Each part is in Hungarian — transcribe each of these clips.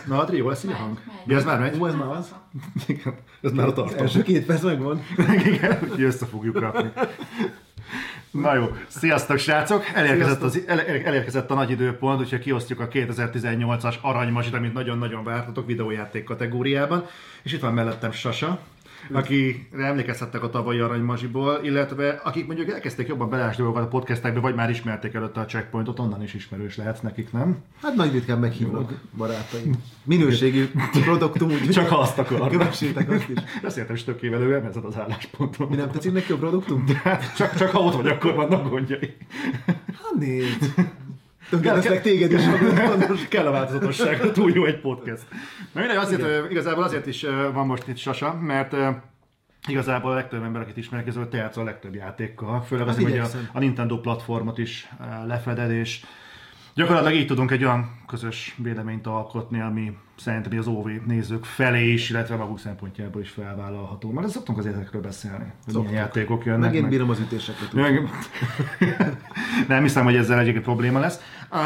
Na, hát jó lesz így a hang. Ja, ez már megy? Ez már az. Igen, ez már a tartalom. Az első 2 perc megvan. Igen, úgyhogy össze fogjuk rakni. Na jó, sziasztok srácok! Elérkezett a nagy időpont, úgyhogy kiosztjuk a 2018-as aranymazsit, amit nagyon-nagyon vártatok videójáték kategóriában. És itt van mellettem Sasa, akire emlékezhettek a tavalyi aranymazsiból, illetve akik mondjuk elkezdték jobban belásni dolgokat a podcastekbe, vagy már ismerték előtte a checkpointot, onnan is ismerős lehetsz nekik, nem? Hát nagy ritkán meghívnak barátaim. Minőségű produktum, úgyhogy csak azt akarnak. kövessétek azt is. Beszéltem is tökével, ő ezen az állásponton. Mi nem tetszik neki a produktum? Csak ha ott vagy, akkor vannak gondjai. Hát nézd. Tökéletesleg téged is. Kell a változatosság, túl jó egy podcast. Na mindegy, igazából azért is van most itt Sasa, mert igazából a legtöbb ember, akit ismerek, közül te játszol a legtöbb játékkal. Főleg azért, hogy a Nintendo platformot is lefeded, és gyakorlatilag így tudunk egy olyan közös véleményt alkotni, ami szerintem az OV nézők felé is, illetve maguk szempontjából is felvállalható. Mert szoktunk azért ezekről beszélni, hogy milyen játékok jönnek. Meg én bírom az ütéseket. Nem hiszem, hogy ezzel egyébként probléma lesz.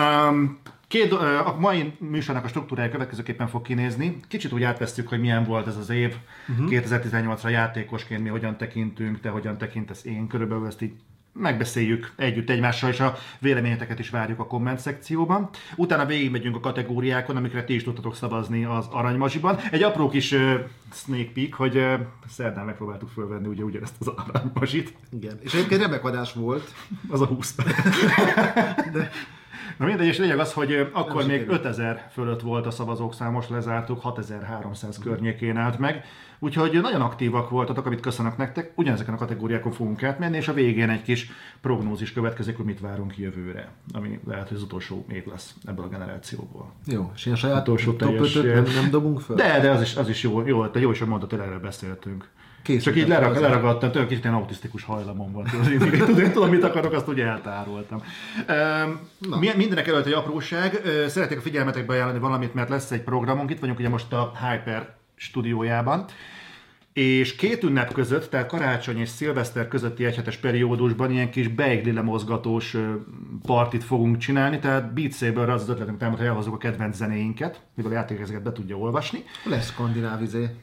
A mai műsornak a struktúrája következőképpen fog kinézni. Kicsit úgy átvesztük, hogy milyen volt ez az év. 2018-ra játékosként mi hogyan tekintünk, te hogyan tekintesz, én körülbelül ezt így megbeszéljük együtt egymással, és a véleményeteket is várjuk a komment szekcióban. Utána végigmegyünk a kategóriákon, amikre ti is tudtatok szavazni az aranymazsiban. Egy apró kis sneak peek, hogy szerdán megpróbáltuk fölvenni ugyanezt az aranymazsit. Igen, és egyébként remek adás volt. Az a 20 perc. De... Na mindegy, és lényeg az, hogy akkor még 5000 fölött volt a szavazók szám, most lezártuk, 6300 környékén állt meg. Úgyhogy nagyon aktívak voltatok, amit köszönök nektek. Ugyanezeken a kategóriákon fogunk átmenni, és a végén egy kis prognózis következik, hogy mit várunk jövőre. Ami lehet, hogy az utolsó év lesz ebből a generációból. Jó, és ilyen saját utolsó top 5-öt nem dobunk föl? De az is jó, te jó is mondtad, hogy erről beszéltünk. Csak így leragadtam, tőle kicsit ilyen autisztikus hajlamom volt. Tudom, mit akarok, azt ugye eltároltam. Mindenek előtt egy apróság. Szeretnék a figyelmetekbe ajánlani valamit, mert lesz egy programunk. Itt vagyunk ugye most a Hyper stúdiójában. És 2 ünnep között, tehát karácsony és szilveszter közötti egyhetes periódusban ilyen kis beigli lemozgatós partit fogunk csinálni, tehát Beat Saber az ötletünk támad, hogy elhozzuk a kedvenc zenéinket, mivel a játék ezeket be tudja olvasni. Lesz skandináv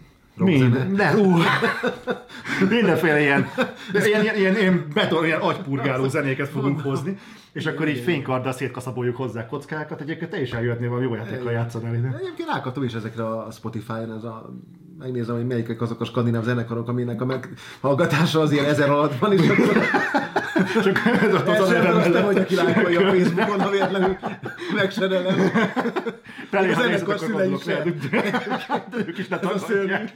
Mindenféle ilyen agypurgáló zenéket fogunk hozni, és akkor így fénykarddal szétkaszaboljuk hozzá kockákat. Egyébként te is eljöhetnél valami jó játékkal játszani el ide. Egyébként rákattom is ezekre a Spotify-on, megnézem, hogy melyikek azok a skandináv zenekarok, aminek a meghallgatása az ilyen 1000 alatt van, és akkor elsőröztem, hogy aki lájkolja a Facebookon, ha véletlenül megserelem. A zenekar szülei sem. Ők is letagolják.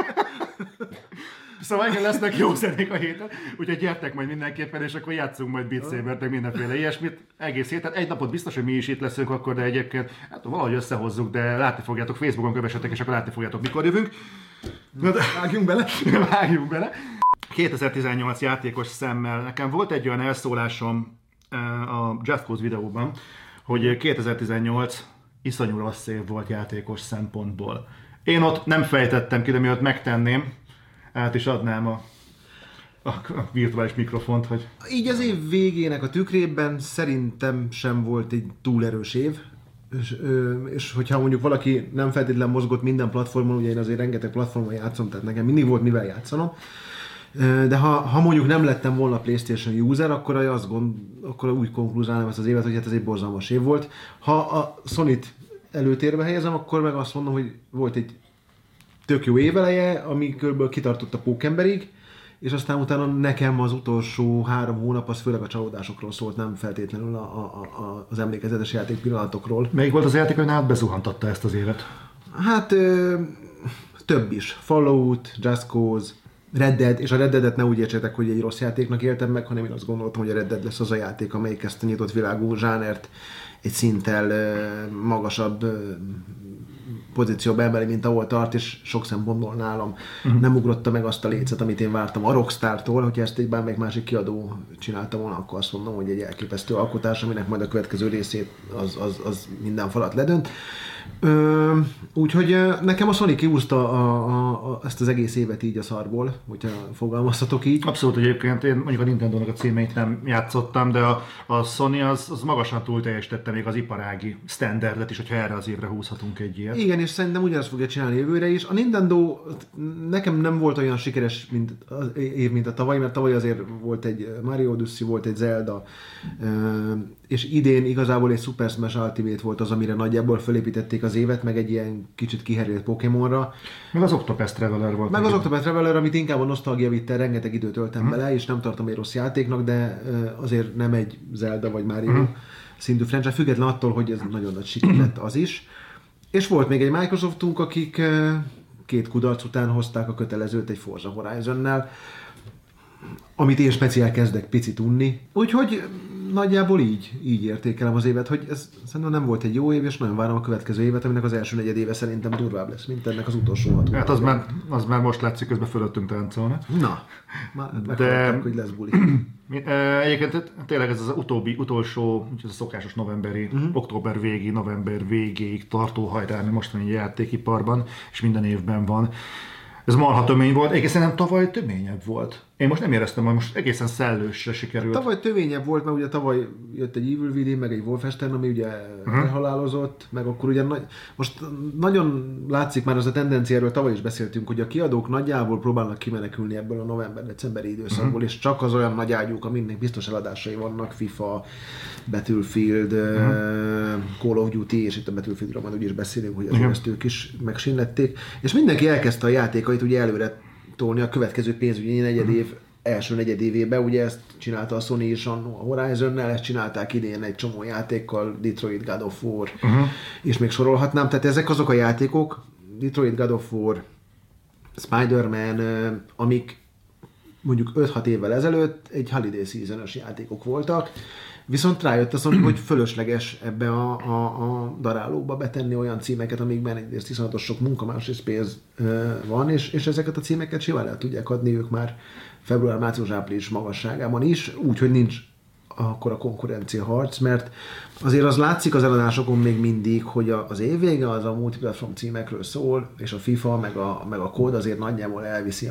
Szóval igen, lesznek jó zenék a héten, úgyhogy gyertek majd mindenképpen, és akkor játszunk majd Beat Sabert, meg mindenféle ilyesmit egész héten. Egy napot biztos, hogy mi is itt leszünk akkor, de egyébként hát valahogy összehozzuk, de látni fogjátok, Facebookon kövessetek, és akkor látni fogjátok, mikor jövünk. Vágjunk bele! Vágjunk bele! 2018 játékos szemmel. Nekem volt egy olyan elszólásom a Just Cause videóban, hogy 2018 iszonyú rossz év volt játékos szempontból. Én ott nem fejtettem ki, de miatt megtenném, át is adnám a virtuális mikrofont, hogy... Így az év végének a tükrében szerintem sem volt egy túl erős év, és hogyha mondjuk valaki nem feltétlenül mozgott minden platformon, ugye én azért rengeteg platformon játszom, tehát nekem mindig volt mivel játszanom, de ha mondjuk nem lettem volna PlayStation user, akkor úgy konkluzálnám ezt az évet, hogy hát ez egy borzalmas év volt. Ha a Sony-t előtérbe helyezem, akkor meg azt mondom, hogy volt egy tök jó éveleje, ami kb. Kitartott a Pókemberig, és aztán utána nekem az utolsó 3 hónap az főleg a csalódásokról szólt, nem feltétlenül az emlékezetes játék pillanatokról. Melyik volt az játék, hogy nálad bezuhantatta ezt az évet? Hát több is. Fallout, Just Cause, Red Dead, és a Red Deadet ne úgy értsétek, hogy egy rossz játéknak éltem meg, hanem én azt gondoltam, hogy a Red Dead lesz az a játék, amelyik ezt a nyitott világú zsánert egy szinttel magasabb pozícióba emeli, mint ahol tart, és sok szempontból nálam nem ugrotta meg azt a lécet, amit én vártam a Rockstar-tól, hogyha ezt egy bármelyik másik kiadó csinálta volna, akkor azt mondom, hogy egy elképesztő alkotás, aminek majd a következő részét az minden falat ledönt. Úgyhogy nekem a Sony kiúzta ezt az egész évet így a szarból, hogyha fogalmazhatok így. Abszolút egyébként, én mondjuk a Nintendo-nak a címeit nem játszottam, de a Sony az magasan túl teljesítette még az iparági standardet is, hogyha erre az évre húzhatunk egy ilyet. Igen, és szerintem ugyanazt fogja csinálni jövőre is. A Nintendo nekem nem volt olyan sikeres mint a tavaly, mert tavaly azért volt egy Mario Odyssey, volt egy Zelda, és idén igazából egy Super Smash Ultimate volt az, amire nagyjából felépítették az évet, meg egy ilyen kicsit kiherélt Pokémonra. Meg az Octopath Traveler volt. Meg az Octopath Traveler, amit inkább a nosztalgia vitte, rengeteg időt töltem bele, és nem tartom egy rossz játéknak, de azért nem egy Zelda vagy Mario szintű franchise, független attól, hogy ez nagyon nagy siker lett az is. És volt még egy Microsoftunk, akik 2 kudarc után hozták a kötelezőt egy Forza Horizonnel, amit én speciál kezdek picit unni. Úgyhogy nagyjából így értékelem az évet, hogy ez szerintem nem volt egy jó év, és nagyon várom a következő évet, aminek az első negyedéve szerintem durvább lesz, mint ennek az utolsó 6 Hát az már most látszik, közben fölöttünk táncolni. Na, meghallották, hogy lesz buli. Egyébként tényleg ez az utolsó, ez a szokásos novemberi, október végi, november végéig tartó hajrá mostani játékiparban, és minden évben van. Ez marha tömény volt, egyébként szerintem tavaly töményebb volt. Én most nem éreztem, hogy most egészen szellősre sikerült. Tavaly töményebb volt, mert ugye tavaly jött egy Evil Within, meg egy Wolfenstein, ami ugye elhalálozott, meg akkor ugye most nagyon látszik már az a tendencia, erről tavaly is beszéltünk, hogy a kiadók nagyjából próbálnak kimenekülni ebből a november-decemberi időszakból, és csak az olyan nagy ágyúk, aminek biztos eladásai vannak, FIFA, Battlefield, Call of Duty, és itt a Battlefieldről majd úgy is beszélünk, hogy ezt ők is megsinlették, és mindenki elkezdte a játékait ugye előre tolni a következő pénzügyi első negyedévébe, ugye ezt csinálta a Sony is a Horizonnel, ezt csinálták idén egy csomó játékkal, Detroit, God of War, és még sorolhatnám, tehát ezek azok a játékok, Detroit, God of War, Spider-Man, amik mondjuk 5-6 évvel ezelőtt egy Holiday Season-ös játékok voltak, viszont rájött a Sony, hogy fölösleges ebbe a darálóba betenni olyan címeket, amikben egyrészt iszonyatos sok munka, másrészt pénz van, és ezeket a címeket simán el tudják adni ők már február, március, április magasságában is, úgyhogy nincs akkor a konkurencia harc, mert azért az látszik az eladásokon még mindig, hogy az év vége az a multiplatform címekről szól, és a FIFA meg a kód azért nagyjából elviszi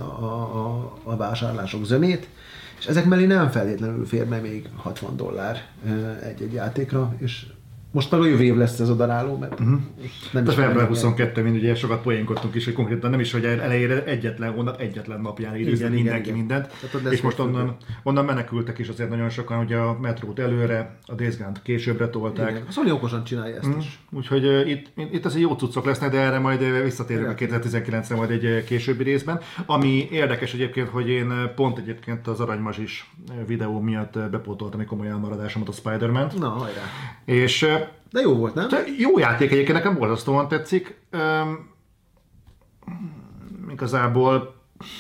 a vásárlások zömét, és ezek mellé nem feltétlenül fér be még $60 egy játékra, és most meg a jövő év lesz ez a daráló, mert nem is február 22, mint ugye sokat poénkodtunk is, hogy konkrétan nem is, hogy elejére egyetlen hónap, egyetlen napján időzött mindenki mindent, és most onnan menekültek is azért nagyon sokan, ugye a metrót előre, a Days Gone-t későbbre tolták. Igen. A Sony okosan csinálja ezt is. Úgyhogy itt azért jó cuccok lesznek, de erre majd visszatérünk a 2019-re majd egy későbbi részben. Ami érdekes egyébként, hogy én pont egyébként az Aranymazsis videó miatt bepótoltam egy komoly elmaradásomat a Spider-Man-t. Na, hajrá! És de jó volt, nem? Jó játék egyébként, nekem borzasztóan tetszik. Igazából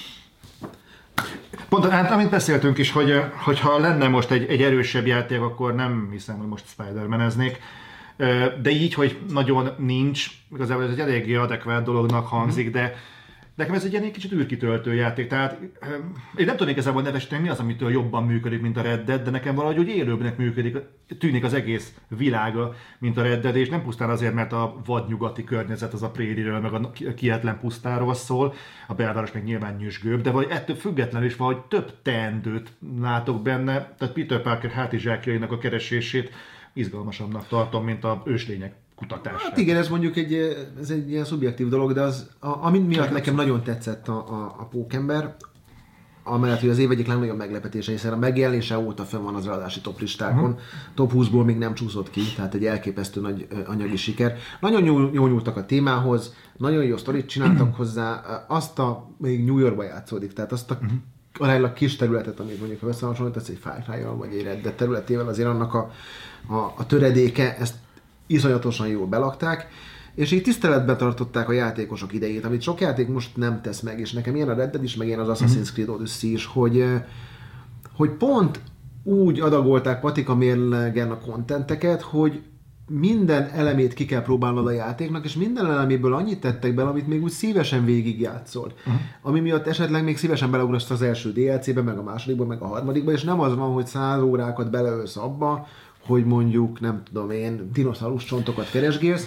pont, hát amit beszéltünk is, hogy ha lenne most egy erősebb játék, akkor nem hiszem, hogy most Spider-Man-eznék. De így, hogy nagyon nincs, igazából ez egy eléggé adekvát dolognak hangzik, de nekem ez egy ilyen kicsit űrkitöltő játék, tehát én nem tudnék igazából nevesíteni, mi az, amitől jobban működik, mint a Red Dead, de nekem valahogy úgy élőbbnek tűnik az egész világa, mint a Red Dead, és nem pusztán azért, mert a vadnyugati környezet az a prériről, meg a kietlen pusztáról szól, a belváros meg nyilván nyüzsgőbb, de valahogy ettől függetlenül is valahogy több teendőt látok benne, tehát Peter Parker hátizsákjainak a keresését izgalmasabbnak tartom, mint a őslények kutatásra. Hát igen, ez mondjuk egy ilyen szubjektív dolog, de ami miatt nekem nagyon tetszett a Pókember, amellett, hogy az év egyik legnagyobb meglepetése, hiszen a megjelenése óta fenn van az eladási top listákon, top 20-ból még nem csúszott ki, tehát egy elképesztő nagy anyagi siker. Nagyon jól nyúltak a témához, nagyon jó sztorit csináltak hozzá, még New Yorkba játszódik, tehát azt aránylag kis területet, amit mondjuk összehasonlítasz egy Far Cry-jal, vagy egy Red Dead területével, azért annak a töredéke, ezt iszonyatosan jól belakták, és így tiszteletben tartották a játékosok idejét, amit sok játék most nem tesz meg, és nekem ilyen a Red Dead is, meg ilyen az Assassin's Creed Odyssey is, hogy pont úgy adagolták patika mérlegen a kontenteket, hogy minden elemét ki kell próbálnod a játéknak, és minden eleméből annyit tettek bele, amit még úgy szívesen végigjátszol. Ami miatt esetleg még szívesen beleugrasz az első DLC-be, meg a másodikba, meg a harmadikba, és nem az van, hogy 100 órákat beleölsz abba, hogy mondjuk, nem tudom én, dinoszaurusz csontokat keresgélsz,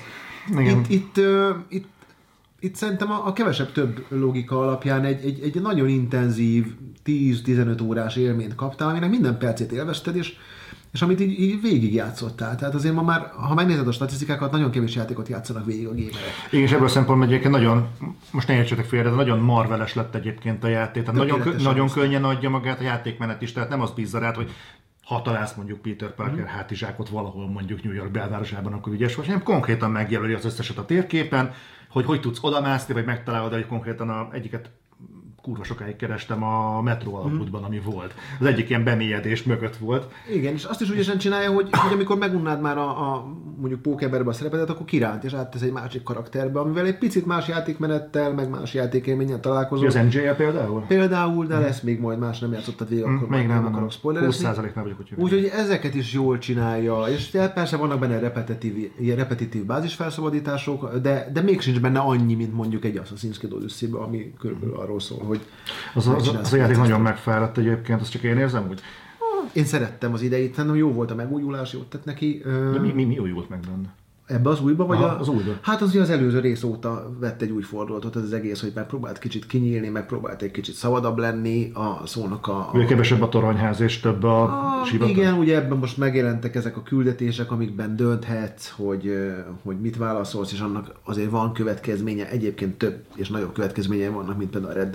Itt szerintem a kevesebb több logika alapján egy nagyon intenzív 10-15 órás élményt kaptál, aminek minden percét élvezted, és amit így végigjátszottál. Tehát azért ma már, ha megnézed a statisztikákat, nagyon kevés játékot játszanak végig a gamerek. Igen, és ebből a szempontból egyébként nagyon, most ne értsetek félre, de nagyon marveles lett egyébként a játék. Tehát nagyon könnyen adja magát a játékmenet is, tehát nem az bízza rád, hogy ha találsz mondjuk Peter Parker hátizsákot valahol mondjuk New York belvárosában, akkor ügyes vagy, hanem konkrétan megjelöli az összeset a térképen, hogy tudsz odamászni, vagy megtalálod, hogy konkrétan egyiket kurva sokáig kerestem a metró alagútban, ami volt. Az egyik ilyen bemélyedés mögött volt. Igen, és azt is ügyesen csinálja, hogy amikor megunnád már mondjuk pókemberbe a szerepedet, akkor kiránt és áttesz egy másik karakterbe, amivel egy picit más játékmenettel, meg más játékélménnyel találkozol. Az MJ-je például? Például, de lesz még majd más, nem játszottad végig, akkor még nem akarok spoilerezni. 20%-nál vagyok, úgyhogy ezeket is jól csinálja, és persze vannak benne repetitív bázisfelszabadítások, de még sincs benne annyi, mint mondjuk egy Assassin's Creed Odyssey-ben, ami körülbelül arról szól, hogy az a játék nagyon megfáradt egyébként, azt csak én érzem, hogy... Én szerettem az idejét, szerintem jó volt a megújulás, jót tett neki. De mi újult meg benne? Ebbe az újba, vagy az újba? Hát az előző rész óta vett egy új fordulatot az egész, hogy megpróbált kicsit kinyílni, megpróbált egy kicsit szabadabb lenni a szónak Ugye kevesebb a toronyház és több a sivatag? Igen, ugye ebben most megjelentek ezek a küldetések, amikben dönthetsz, hogy mit válaszolsz, és annak azért van következménye, egyébként több és nagyobb következményei vannak, mint például a Red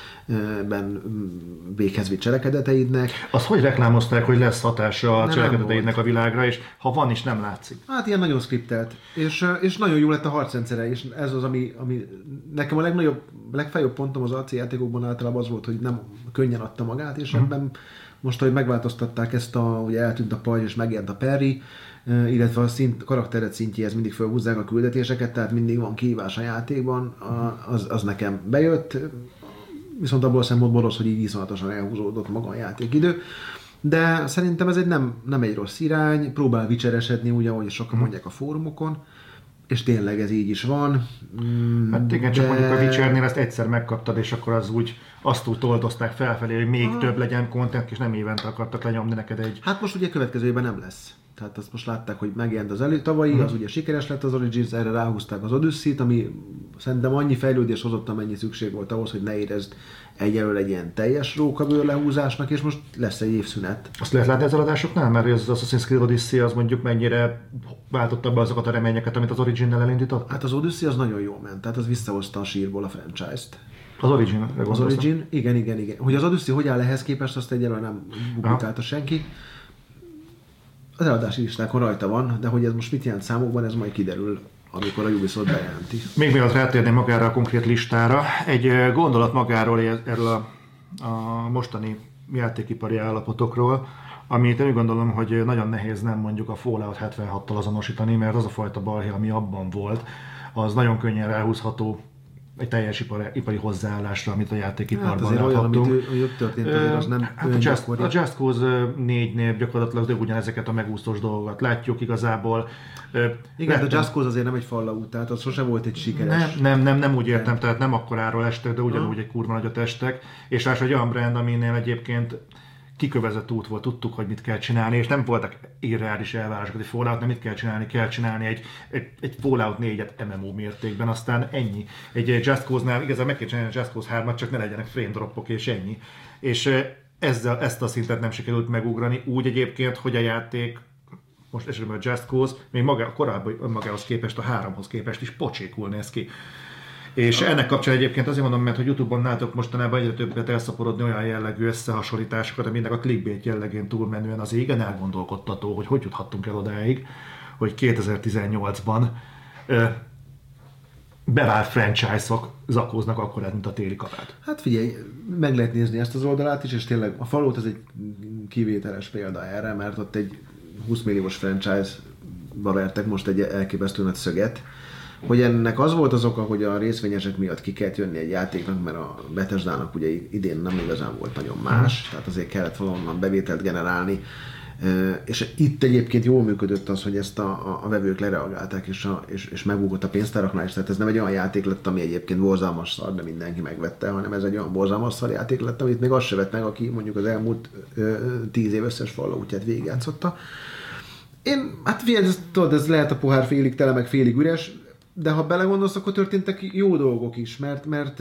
Dead-ben véghez vitt cselekedeteidnek. Azt hogy reklámozták, hogy lesz hatása a cselekedeteidnek a világra, és ha van is, nem látszik? Hát ilyen nagyon skriptelt, és nagyon jó lett a harcrendszere, és ez az, ami nekem a legfeljobb pontom az AC játékokban általában az volt, hogy nem könnyen adta magát, és ebben most, hogy megváltoztatták ezt ugye eltűnt a pajzs, és megjelent a Perry, illetve a karakteret szintjéhez mindig felhúzzák a küldetéseket, tehát mindig van kihívás a játékban, az nekem bejött, viszont abból a szempontból rossz, hogy így iszonyatosan elhúzódott maga a játékidő. De szerintem ez nem egy rossz irány, próbál vicseresedni, ugye, ahogy sokan mondják a fórumokon, és tényleg ez így is van. Hát igen, csak mondjuk a Witchernél ezt egyszer megkaptad, és akkor azt úgy toldozták felfelé, hogy még több legyen content, és nem évente akartak lenyomni neked egy... Hát most ugye következő évben nem lesz. Tehát azt most látták, hogy megjelent az tavalyi, az ugye sikeres lett az Origins, erre ráhúzták az Odyssey-t, ami szerintem annyi fejlődés hozott, amennyi szükség volt ahhoz, hogy ne érezd egyelőre egy ilyen teljes rókabőr lehúzásnak, és most lesz egy évszünet. Azt lehet látni az eladásoknál, mert az Assassin's Creed Odyssey az mondjuk mennyire váltotta be azokat a reményeket, amit az Origin-nel elindított? Hát az Odyssey az nagyon jól ment, tehát az visszahozta a sírból a franchise-t. Az Origin? Az Origin, igen. Hogy az Odyssey hogy áll ehhez képest, azt egyelőre nem publikálta senki. Az eladási listákon rajta van, de hogy ez most mit jelent számokban, ez majd kiderül, amikor a Ubisoft bejelenti. Még mielőtt rátérnék magára a konkrét listára, egy gondolat magáról erről a mostani játékipari állapotokról, amit én úgy gondolom, hogy nagyon nehéz nem mondjuk a Fallout 76-tal azonosítani, mert az a fajta balhé, ami abban volt, az nagyon könnyen ráhúzható egy teljes ipari hozzáállásra, amit a játékiparban láthattunk. Olyan, történt, azért az nem a Just Cause 4-nél gyakorlatilag ugyanezeket a megúszós dolgokat látjuk igazából. Igen, de a Just Cause azért nem egy Fallout, tehát az sosem volt egy sikeres. Nem úgy értem, tehát nem akkoráról estek, de ugyanúgy egy kurva nagyot estek. És más egy olyan brand, aminél egyébként kikövezett út volt, tudtuk, hogy mit kell csinálni, és nem voltak irreális elvárások, hogy Fallout nem mit kell csinálni egy Fallout 4-et MMO mértékben, aztán ennyi. Egy Just Cause-nál igazából meg kell csinálni a Just Cause 3-at, csak ne legyenek frame dropok, és ennyi. És ezt a szintet nem sikerült megugrani, úgy egyébként, hogy a játék, most esetben a Just Cause, még a korábbi önmagához képest, a 3-hoz képest is pocsékul néz ki. És ennek kapcsán egyébként azért mondom, mert hogy YouTube-on látok mostanában egyre többet elszaporodni olyan jellegű összehasonlításokat, aminek a clickbait jellegén túlmenően az igen elgondolkodtató, hogy juthattunk el odáig, hogy 2018-ban bevált franchise-ok zakóznak akkorát, mint a téli kabát. Hát figyelj, meg lehet nézni ezt az oldalát is, és tényleg a Fallout az egy kivételes példa erre, mert ott egy 20 milliós franchise-ba vertek most egy elképesztő nagy szöget, hogy ennek az volt az oka, hogy a részvényesek miatt ki kellett jönni egy játéknak, mert a Bethesdának ugye idén nem igazán volt nagyon más, tehát azért kellett valahonnan bevételt generálni, és itt egyébként jól működött az, hogy ezt a vevők lereagálták, és megúgott a pénztáraknál is, tehát ez nem egy olyan játék lett, ami egyébként borzalmas szar, de mindenki megvette, hanem ez egy olyan borzalmas szar játék lett, amit még azt se vett meg, aki mondjuk az elmúlt 10 év összes Falloutját végigjátszotta. Hát figyelj, tudod, ez lehet a pohár félig tele, meg félig üres. De ha belegondolsz, akkor történtek jó dolgok is, mert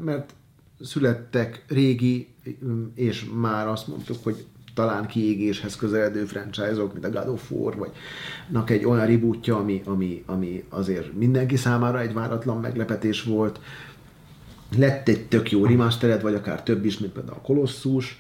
születtek régi, és már azt mondtuk, hogy talán kiégéshez közeledő franchise-ok, mint a God of War, vagy egy olyan rebootja, ami azért mindenki számára egy váratlan meglepetés volt. Lett egy tök jó remastered, vagy akár több is, mint például a Colossus.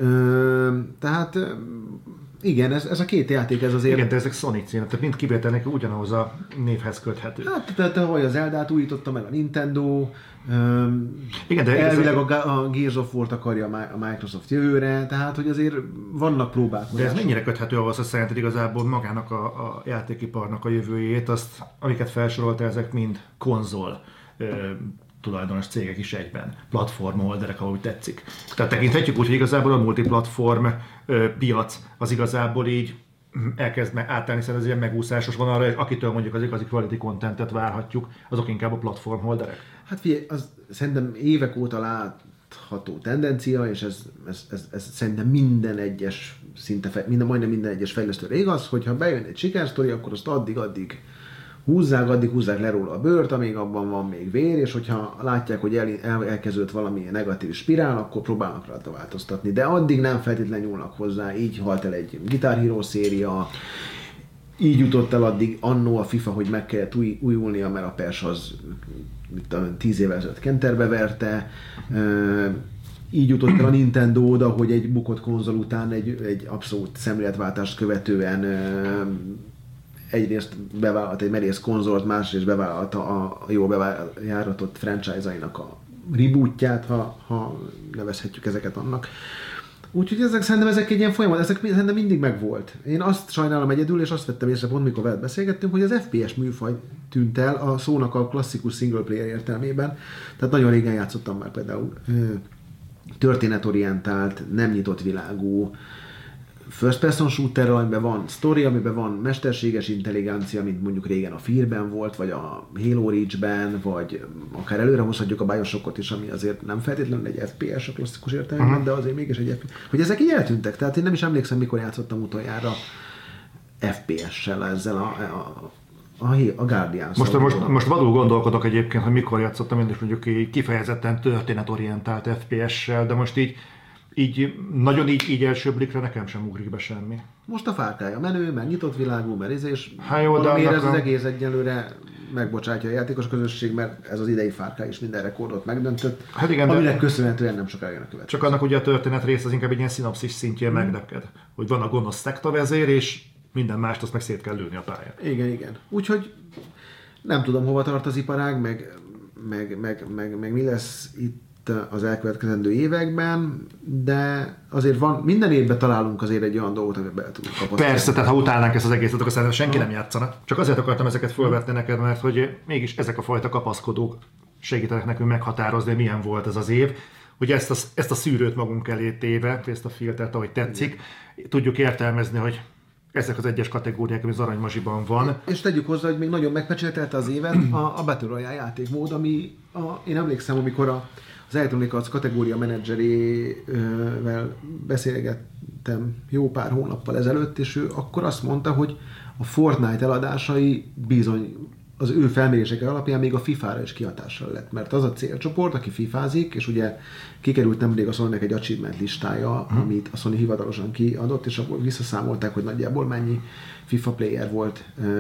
Tehát igen, ez a két játék, ez azért... Igen, de ezek Sonic címek, tehát mind kivételnek ugyanahoz a névhez köthető. Hát, tehát ahogy az Eldát újította meg a Nintendo, igen, de elvileg a Gears of War-t akarja a Microsoft jövőre, tehát hogy azért vannak próbák. De ez mennyire köthető ahhoz, hogy szerinted igazából magának a játékiparnak a jövőjét, azt, amiket felsorolta, ezek mind konzol tulajdonos cégek is egyben, platformholderek, ahogy tetszik. Tehát tekinthetjük úgy, hogy igazából a multiplatform piac az igazából így elkezd átállni, szerintem ez ilyen megúszásos van arra, és akitől mondjuk az igazi quality contentet várhatjuk, azok inkább a platformholderek. Hát figyelj, az szerintem évek óta látható tendencia, és ez szerintem minden egyes majdnem minden egyes fejlesztőre igaz, hogyha bejön egy sikersztori, akkor azt addig húzzák le róla a bőrt, amíg abban van még vér, és hogyha látják, hogy elkezdődött valami negatív spirál, akkor próbálnak rajta változtatni. De addig nem feltétlenül nyúlnak hozzá, így halt el egy Guitar Hero széria, így jutott el addig annó a FIFA, hogy meg kellett újulnia, mert a PES az 10 évvel ezelőtt kenterbe verte. Így jutott el a Nintendo oda, hogy egy bukott konzol után egy abszolút szemléletváltást követően egyrészt bevállalt egy merész konzolt, másrészt bevállalta a jól bejáratott franchise-ainak a rebootját, ha nevezhetjük ezeket annak. Úgyhogy szerintem ezek egy ilyen folyamat, ezek szerintem mindig megvolt. Én azt sajnálom egyedül, és azt vettem észre pont, mikor veled beszélgettünk, hogy az FPS műfaj tűnt el a szónak a klasszikus single player értelmében. Tehát nagyon régen játszottam már például történetorientált, nem nyitott világú, first person shooter, amiben van story, amiben van mesterséges intelligencia, mint mondjuk régen a Fear-ben volt, vagy a Halo Reach-ben, vagy akár előre hozhatjuk a Bioshockot is, ami azért nem feltétlenül egy FPS a klasszikus értelemben, de azért mégis egy FPS. Hogy ezek így eltűntek, tehát én nem is emlékszem, mikor játszottam utoljára FPS-sel ezzel a Guardians-szal. Most vadul gondolkodok egyébként, hogy mikor játszottam én is mondjuk kifejezetten történetorientált FPS-sel, de most így nagyon így első blikre nekem sem ugrik be semmi. Most a Far Cry a menő, mert nyitott világú, mert és valamiért ez az egész egyelőre megbocsátja a játékos közösség, mert ez az idei Far Cry is minden rekordot megdöntött, hát igen, aminek köszönhetően nem sokára jön a következő. Csak annak ugye a történet rész az inkább egy ilyen szinopszis szintjén meglepked, hogy van a gonosz szektavezér, és minden mást azt meg szét kell lőni a pályán. Igen. Úgyhogy nem tudom, hova tart az iparág, meg mi lesz itt az elkövetkezendő években, de azért van, minden évben találunk azért egy olyan dolgot, amiben be tudunk kapasztani. Persze, tehát ha utálnánk ezt az egészet, akkor szerintem senki nem játszana. Csak azért akartam ezeket felvetni neked, mert hogy mégis ezek a fajta kapaszkodók segítenek nekünk meghatározni, hogy milyen volt ez az év, hogy ezt a szűrőt magunk elé téve, ezt a filtert, ahogy tetszik, tudjuk értelmezni, hogy ezek az egyes kategóriák, ami az aranymazsiban van. És tegyük hozzá, hogy még nagyon megpecsételte az évet a Battle Royale játékmód, ami én emlékszem, amikor az Electronic Arts kategória menedzserével beszélgettem jó pár hónappal ezelőtt, és ő akkor azt mondta, hogy a Fortnite eladásai bizony az ő felmérések alapján még a FIFA-ra is kihatással lett, mert az a célcsoport, aki fifázik, és ugye kikerült nemrég a Sony-nek egy achievement listája, amit a Sony hivatalosan kiadott, és abból visszaszámolták, hogy nagyjából mennyi FIFA player volt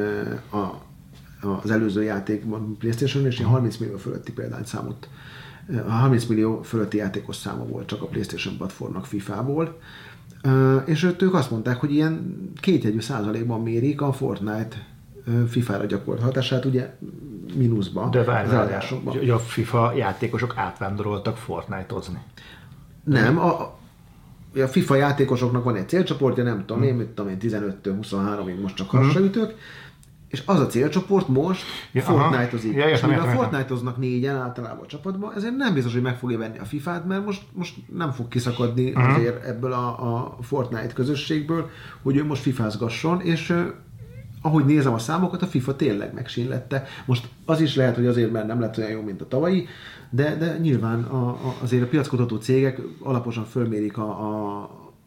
az előző játékban PlayStation, és 30 millió fölötti példányt számot. A 30 millió fölötti játékos száma volt csak a PlayStation platformnak FIFA-ból, és ők azt mondták, hogy ilyen kétjegyű százalékban mérik a Fortnite FIFA-ra gyakorolt hatását, ugye mínuszba. De várjál, hogy a FIFA játékosok átvándoroltak Fortnite-ozni. Nem, a FIFA játékosoknak van egy célcsoportja, nem tudom én 15-től 23-ig most csak hasraütök, és az a célcsoport most Fortnite-ozik. És mivel Fortnite-oznak négyen általában a csapatban, ezért nem biztos, hogy meg fogja venni a FIFA-t, mert most nem fog kiszakadni azért ebből a Fortnite közösségből, hogy ő most fifázgasson, és ahogy nézem a számokat, a FIFA tényleg megsínlette. Most az is lehet, hogy azért, mert nem lett olyan jó, mint a tavalyi, de nyilván azért a piackutató cégek alaposan fölmérik a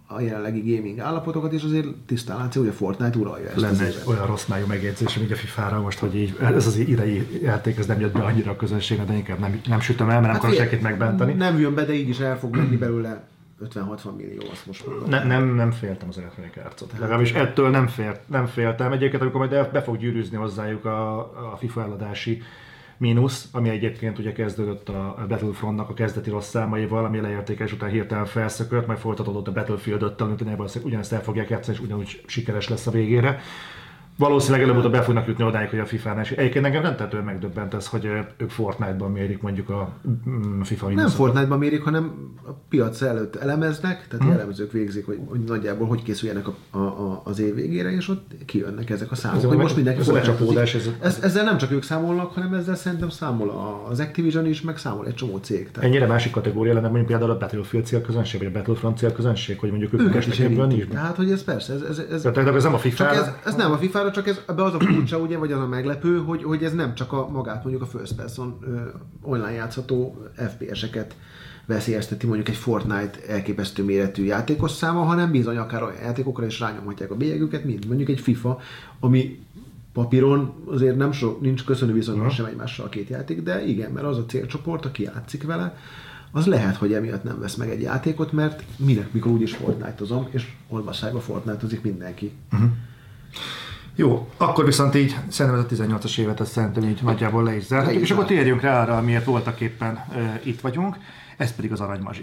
a jelenlegi gaming állapotokat, és azért tisztán látszik, hogy a Fortnite uralja ezt. Lenne egy olyan rossz májú megjegyzésem így a FIFA-ra most, hogy így, ez az idei játék, ez nem jött be annyira a közönségre, de inkább nem sütöm el, mert nem akarom senkit megbántani. Nem jön be, de így is el fog menni belőle 50-60 millió, azt most mondom. Nem féltem az Electronic Arts-ot. Legalábbis ettől nem féltem. Egyébként, amikor majd be fog gyűrűzni hozzájuk a FIFA eladási mínusz, ami egyébként ugye kezdődött a Battlefrontnak a kezdeti rossz számaival, ami leértékelés után hirtelen felszökött, majd folytatódott a Battlefield 5-tel, amit ugyanezt el fogják játszani, és ugyanúgy sikeres lesz a végére. Valószínűleg előbb-utóbb be fognak jutni odáig, hogy a FIFA-nál. Egyébként engem rendtetően megdöbbent ez, hogy ők Fortnite-ban mérik mondjuk a FIFA minuszokat. Nem Fortnite-ban mérik, hanem a piac előtt elemeznek, tehát elemzők végzik, hogy nagyjából hogy készüljenek az év végére, és ott kijönnek ezek a számok. Hogy most mindenki ezzel nem csak ők számolnak, hanem ezzel szerintem számol az Activision is, meg számol egy csomó cég. Tehát... Ennyire másik kategória lenne mondjuk például a Battlefield célközönség, vagy a Battlefront célközönség, hogy mondjuk ők is érintik. Tehát, hogy ez persze, ez nem a FIFA-ra. Ez nem a FIFA-ra, csak ebbe az a furcsa, ugye, vagy az a meglepő, hogy ez nem csak magát mondjuk a first person online játszható FPS-eket veszélyezteti mondjuk egy Fortnite elképesztő méretű játékos száma, hanem bizony akár a játékokra is rányomhatják a bélyegüket, mint mondjuk egy FIFA, ami papíron azért nincs köszönő viszonyban sem egymással a két játék, de igen, mert az a célcsoport, aki játszik vele, az lehet, hogy emiatt nem vesz meg egy játékot, mert mikor úgyis Fortnite-ozom, és olvasságban Fortnite-ozik mindenki. Jó, akkor viszont így szerintem ez a 18-as évet, ezt szerintem így nagyjából le is zárhatjuk, és akkor térjünk rá arra, amiért voltak éppen itt vagyunk, ez pedig az Aranymazsi.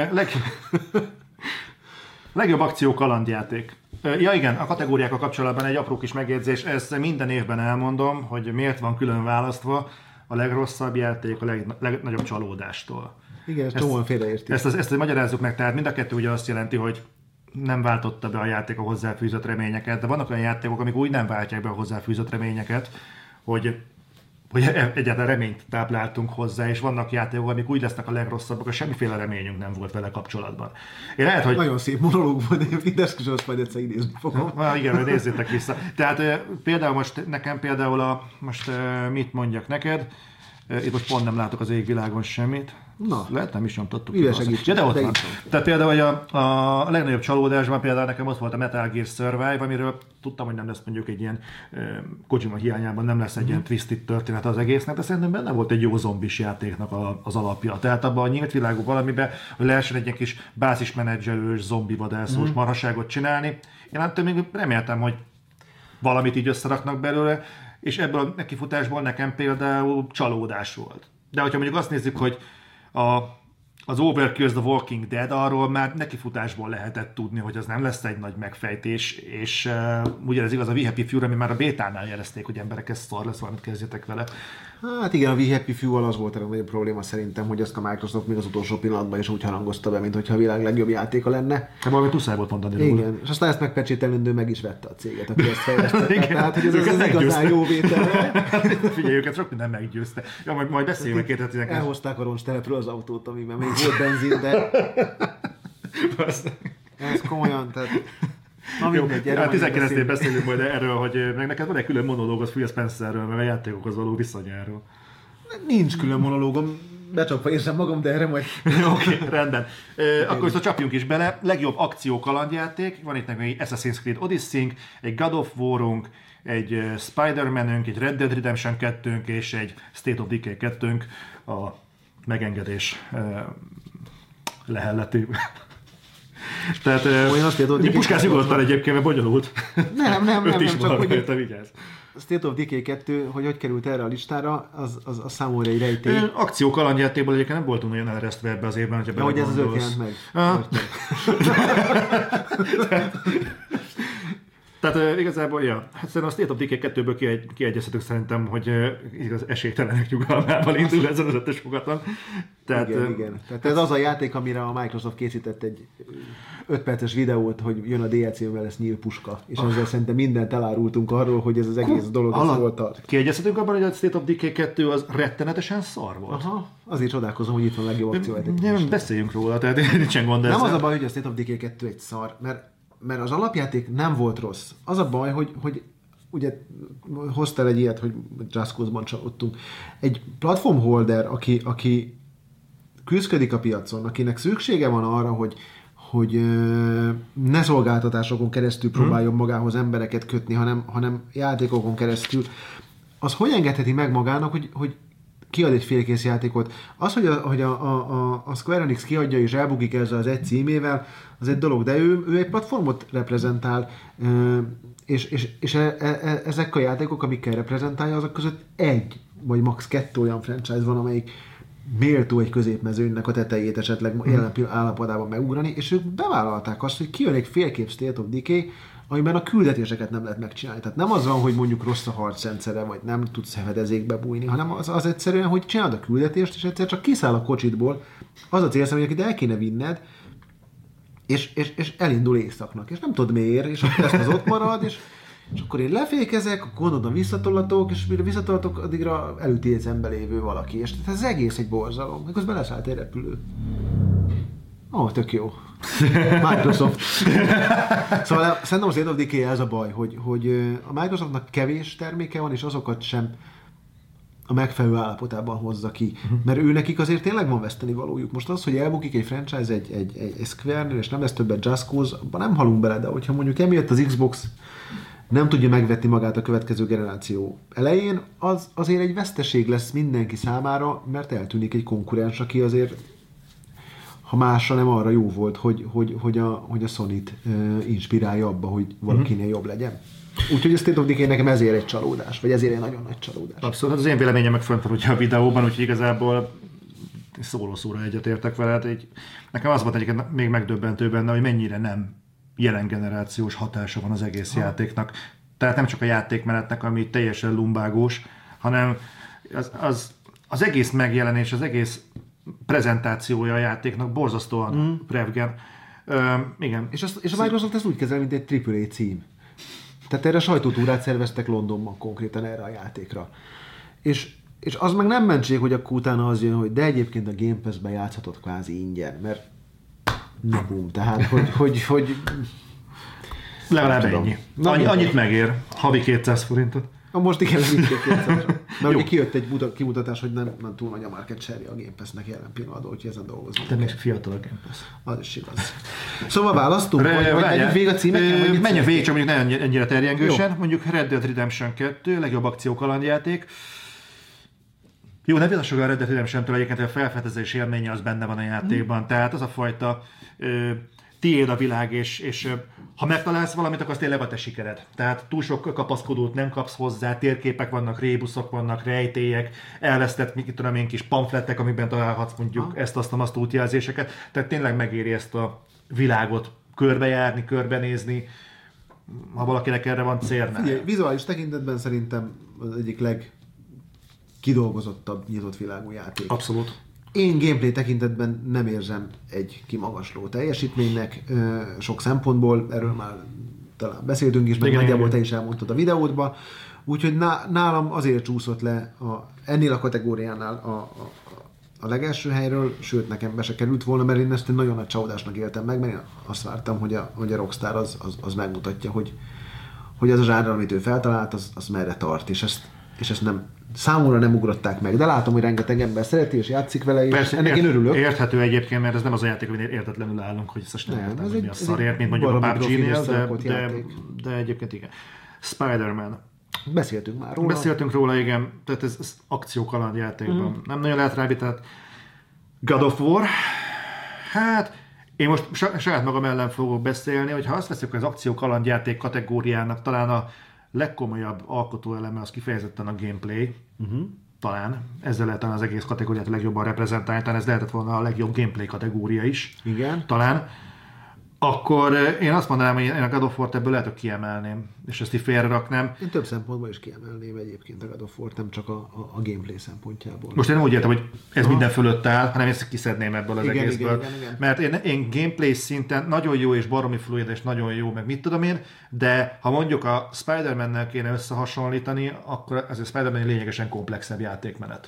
Legjobb akció kalandjáték. Ja igen, a kategóriákkal kapcsolatban egy apró kis megjegyzés, ezt minden évben elmondom, hogy miért van külön választva a legrosszabb játék a legnagyobb csalódástól. Igen, ezt csomóan félreértik. Ezt magyarázzuk meg, tehát mind a kettő ugye azt jelenti, hogy nem váltotta be a játék a hozzáfűzött reményeket, de vannak olyan játékok, amik úgy nem váltják be a hozzáfűzött reményeket, hogy egyáltalán reményt tápláltunk hozzá, és vannak játékok, amik úgy lesznek a legrosszabbak, hogy semmiféle reményünk nem volt vele kapcsolatban. Én lehet, hogy... Nagyon szép monológ volt, én Fidesz majd egyszer idézni fogom. Igen, hogy nézzétek vissza. Tehát például nekem most mit mondjak neked, itt most pont nem látok az égvilágon semmit. Na. Lehet, nem is nyomtattuk. Ja, de ott van. Tehát például a legnagyobb csalódásban például nekem ott volt a Metal Gear Survive, amiről tudtam, hogy nem lesz mondjuk egy ilyen Kojima hiányában nem lesz egy ilyen twisted történet az egésznek, de szerintem benne volt egy jó zombis játéknak az alapja. Tehát abban a nyílt világú valamiben, hogy lehessen egy ilyen kis bázismenedzselős, zombivadászós marhaságot csinálni. Én attól még reméltem, hogy valamit így összeraknak belőle, és ebből a nekifutásból nekem például csalódás volt. De hogyha mondjuk azt nézzük, hogy az Overkill's The Walking Dead, arról már nekifutásból lehetett tudni, hogy az nem lesz egy nagy megfejtés, és ugye ez igaz a We Happy Few-ra, ami már a bétánál jelezték, hogy emberek, ez szar lesz, valamit kezdjetek vele. Hát igen, a We Happy Few-val az volt a nagyobb probléma szerintem, hogy azt a Microsoft még az utolsó pillanatban is úgy harangozta be, mint hogyha a világ legjobb játéka lenne. Hát valami tuszáj volt mondani. Igen, és aztán ezt megpecsételendő meg is vette a céget, aki ezt fejlesztette. Tehát, hogy ez az igazán jó vétel. Figyelj, őket sok minden meggyőzte. Ja, majd beszéljünk 2019. Elhozták a roncstelepről az autót, amiben még volt benzin, de ez komolyan, tehát... Jó, 19-nél beszélünk majd erről, hogy meg neked van egy külön monológod Phil Spencerről, meg a játékokhoz való viszonyáról. Nincs külön monológom, becsapva érzem magam, de erre majd... Oké, rendben. Akkor viszont csapjunk is bele. Legjobb akció kalandjáték. Van itt nekünk egy Assassin's Creed Odyssey-nk, egy God of War-unk, egy Spider-Man-ünk, egy Red Dead Redemption 2-nk és egy State of Decay 2-nk a megengedés lehelletű. Tehát puskás nyugodtan egyébként, mert bonyolult. Nem, csak hogy vigyázz. State of Decay 2, hogy került erre a listára, az számomra egy rejtély. Akció kalandjátékból egyébként nem voltunk nagyon eleresztve ebbe az évben, hogyha hogy ez az 5 jelent meg. Tehát igazából, hát szerintem a State of Decay 2-ből kiegyezhetünk szerintem, hogy igaz esélytelenek nyugalmával indul ezen az 5-ös fogaton. Igen. Tehát ez az a játék, amire a Microsoft készített egy 5 perces videót, hogy jön a DLC-vel lesz nyílpuska, és ezzel szerintem mindent elárultunk arról, hogy ez az egész dolog az volt tart. Kiegyezhetünk abban, hogy a State of Decay 2 az rettenetesen szar volt. Aha, azért csodálkozom, hogy itt van a legjobb akciójáték. Nem beszéljünk róla, tehát nincsen gond ezzel. Nem az a baj, hogy a State of Decay 2 egy szar, mert az alapjáték nem volt rossz. Az a baj, hogy ugye hoztál egy ilyet, hogy Just Cause-ban csalódtunk. Egy platformholder, aki küzdködik a piacon, akinek szüksége van arra, ne szolgáltatásokon keresztül próbáljon magához embereket kötni, hanem játékokon keresztül, az hogy engedheti meg magának, hogy kiad egy félkész játékot? Az, hogy a Square Enix kiadja és elbukik ezzel az egy címével, az egy dolog, de ő egy platformot reprezentál, és ezek a játékok, amikkel reprezentálja, azok között egy, vagy max. 2 olyan franchise van, amelyik méltó egy középmezőnynek a tetejét esetleg jelen állapotában megugrani, és ők bevállalták azt, hogy kijön egy félkép State of Decay, amiben a küldetéseket nem lehet megcsinálni. Tehát nem az van, hogy mondjuk rossz a harcrendszere, vagy nem tudsz fedezékbe bújni, hanem az egyszerűen, hogy csinálod a küldetést, és egyszer csak kiszáll a kocsitból, az a célszám, hogy akit el kéne vinned, és elindul éjszaknak, és nem tudod miért, és akkor ezt az ott marad, és akkor én lefékezek, akkor gondolom visszatolatok, és mire visszatolatok, addigra elüti egy szembe lévő valaki, és tehát ez egész egy borzalom. Miközben leszállt egy repülő. Tök jó. Microsoft. Szóval szerintem az State of Decay ez a baj, hogy a Microsoftnak kevés terméke van, és azokat sem a megfelelő állapotában hozza ki. Mert nekik azért tényleg van veszteni valójuk. Most az, hogy elbukik egy franchise egy Square-nél, és nem lesz többet Just Cause, abban nem halunk bele, de hogyha mondjuk emiatt az Xbox nem tudja megvetni magát a következő generáció elején, az azért egy veszteség lesz mindenki számára, mert eltűnik egy konkurens, aki azért, ha másra nem arra jó volt, hogy a Sony-t inspirálja abba, hogy valakinél jobb legyen. Úgyhogy a State of Decay nekem ezért egy csalódás, vagy ezért egy nagyon nagy csalódás. Abszolút, az én véleményem meg fönt van ugye a videóban, úgyhogy igazából szóló-szóra egyetértek veled. Nekem az volt egyébként még megdöbbentő benne, hogy mennyire nem jelen generációs hatása van az egész játéknak. Tehát nem csak a játékmenetnek, ami teljesen lumbágós, hanem az egész megjelenés, az egész prezentációja a játéknak borzasztóan prevgen. Igen. És a Microsoft ezt úgy kezel, mint egy AAA cím. Tehát erre sajtótúrát szerveztek Londonban konkrétan erre a játékra. És az meg nem mentség, hogy akkor utána az jön, hogy de egyébként a Game Pass-ben játszhatod kvázi ingyen, mert bum, tehát hogy legalább ennyi. Annyit megér, havi 200 forintot. Most igen, ez így 200. Mert ugye kijött egy kimutatás, hogy nem túl nagy a market share a Game Pass-nek jelen pillanatban, úgyhogy ezen dolgozunk. De még fiatal a Game Pass. Az is igaz. Szóval választunk, vagy menjünk végig a címeken? Menjünk végig, csak mondjuk ne ennyire terjengősen. Jó. Mondjuk Red Dead Redemption 2, legjobb akciókalandjáték. Jó, ne villassuk a Red Dead Redemption-től egyébként, a felfedezés élménye az benne van a játékban. Tehát az a fajta tiéd a világ, és ha megtalálsz valamit, akkor az tényleg a te sikered. Tehát túl sok kapaszkodót nem kapsz hozzá, térképek vannak, rébuszok vannak, rejtélyek, elvesztett kis pamflettek, amikben találhatsz mondjuk ezt-azt útjelzéseket. Tehát tényleg megéri ezt a világot körbejárni, körbenézni, ha valakinek erre van célja. Vizuális tekintetben szerintem az egyik legkidolgozottabb nyitott világú játék. Abszolút. Én gameplay tekintetben nem érzem egy kimagasló teljesítménynek sok szempontból, erről már talán beszéltünk is, meg nagyjából te is elmondtad a videódban, úgyhogy nálam azért csúszott le ennél a kategóriánál a legelső helyről, sőt nekem be se került volna, mert én ezt egy nagyon nagy csalódásnak éltem meg, mert én azt vártam, hogy a Rockstar az megmutatja, hogy az a zsánr, amit ő feltalált, az merre tart, és ezt nem, számomra nem ugrották meg, de látom, hogy rengeteg ember szereti és játszik vele, és persze, ennek én örülök. Érthető egyébként, mert ez nem az a játék, aminél értetlenül állunk, hogy ezt nem értem, hogy mi a szarért, mint mondjuk a PUBG-nél, de egyébként igen. Spider-Man. Beszéltünk róla, igen. Tehát ez akciókalandjátékban. Nem nagyon lehet rá vitát. God of War. Hát, én most saját magam ellen fogok beszélni, hogy ha azt veszük, hogy az akciókalandjáték kategóriának talán a legkomolyabb alkotóeleme az kifejezetten a gameplay, talán. Ezzel lehet az egész kategóriát a legjobban reprezentálni, talán ez lehetett volna a legjobb gameplay kategória is. Igen. Talán. Akkor én azt mondanám, hogy én a God of War-t ebből lehet, hogy kiemelném, és ezt így félreraknám. Én több szempontból is kiemelném egyébként a God of War-t, nem csak a gameplay szempontjából. Most én nem úgy értem, hogy ez minden fölött áll, hanem ezt kiszedném ebből az egészből. Igen. Mert én gameplay szinten nagyon jó és baromi fluid és nagyon jó, meg mit tudom én, de ha mondjuk a Spider-Man-nel kéne összehasonlítani, akkor ez a Spider-Man lényegesen komplexebb játékmenet.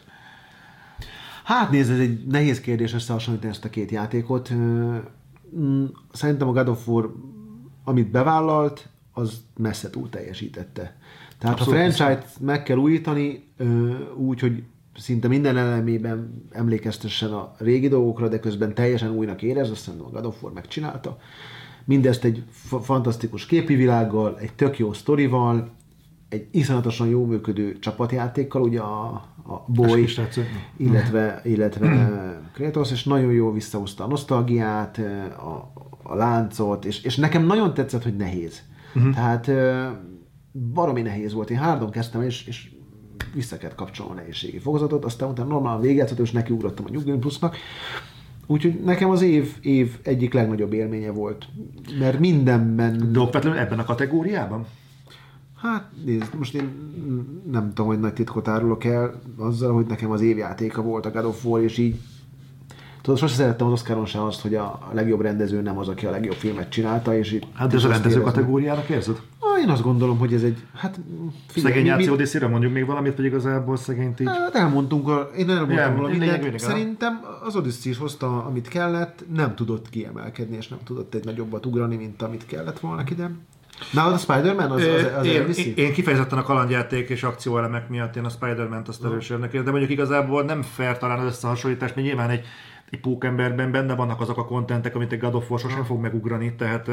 Hát nézd, ez egy nehéz kérdés összehasonlítani ezt a két játékot. Szerintem a God of War, amit bevállalt, az messze túl teljesítette. Tehát abszolút, a franchise-t meg kell újítani úgy, hogy szinte minden elemében emlékeztessen a régi dolgokra, de közben teljesen újnak érez, azt hiszem a God of War megcsinálta. Mindezt egy fantasztikus képi világgal, egy tök jó sztorival, egy iszonyatosan jó működő csapatjátékkal, ugye a Boy, illetve Kratos, és nagyon jól visszahozta a nosztalgiát, a láncot, és nekem nagyon tetszett, hogy nehéz. Tehát baromi nehéz volt. Én hardon kezdtem, és vissza kellett kapcsolni a nehézségi fokozatot, aztán utána normálan végigjátszottam, és nekiugrottam a New Game Plus-nak. Úgyhogy nekem az év egyik legnagyobb élménye volt, mert mindenben... Dobvetlenül ebben a kategóriában? Hát nézd, most én nem tudom, hogy nagy titkot árulok el azzal, hogy nekem az évjátéka volt a God of War, és így tudod, sosem szerettem az Oscaron sem azt, hogy a legjobb rendező nem az, aki a legjobb filmet csinálta, és így... Hát de ez a rendező kategóriának érzed? Én azt gondolom, hogy ez egy... Szegény Jáci Odysseysről mondjuk még valamit, vagy igazából szegényt így... Hát elmondtunk, én elmondtam valamit, szerintem az Odysseys hozta, amit kellett, nem tudott kiemelkedni, és nem tudott egy nagyobbat ugrani, mint amit kellett volna ide. Nálad a Spider-Man az én kifejezetten a kalandjáték és akcióelemek miatt én a Spider-Man-t azt erősebbnek érzem, de mondjuk igazából nem fair talán az összehasonlítás, mert nyilván egy pókemberben benne vannak azok a kontentek, amit egy God of War sosem fog megugrani, tehát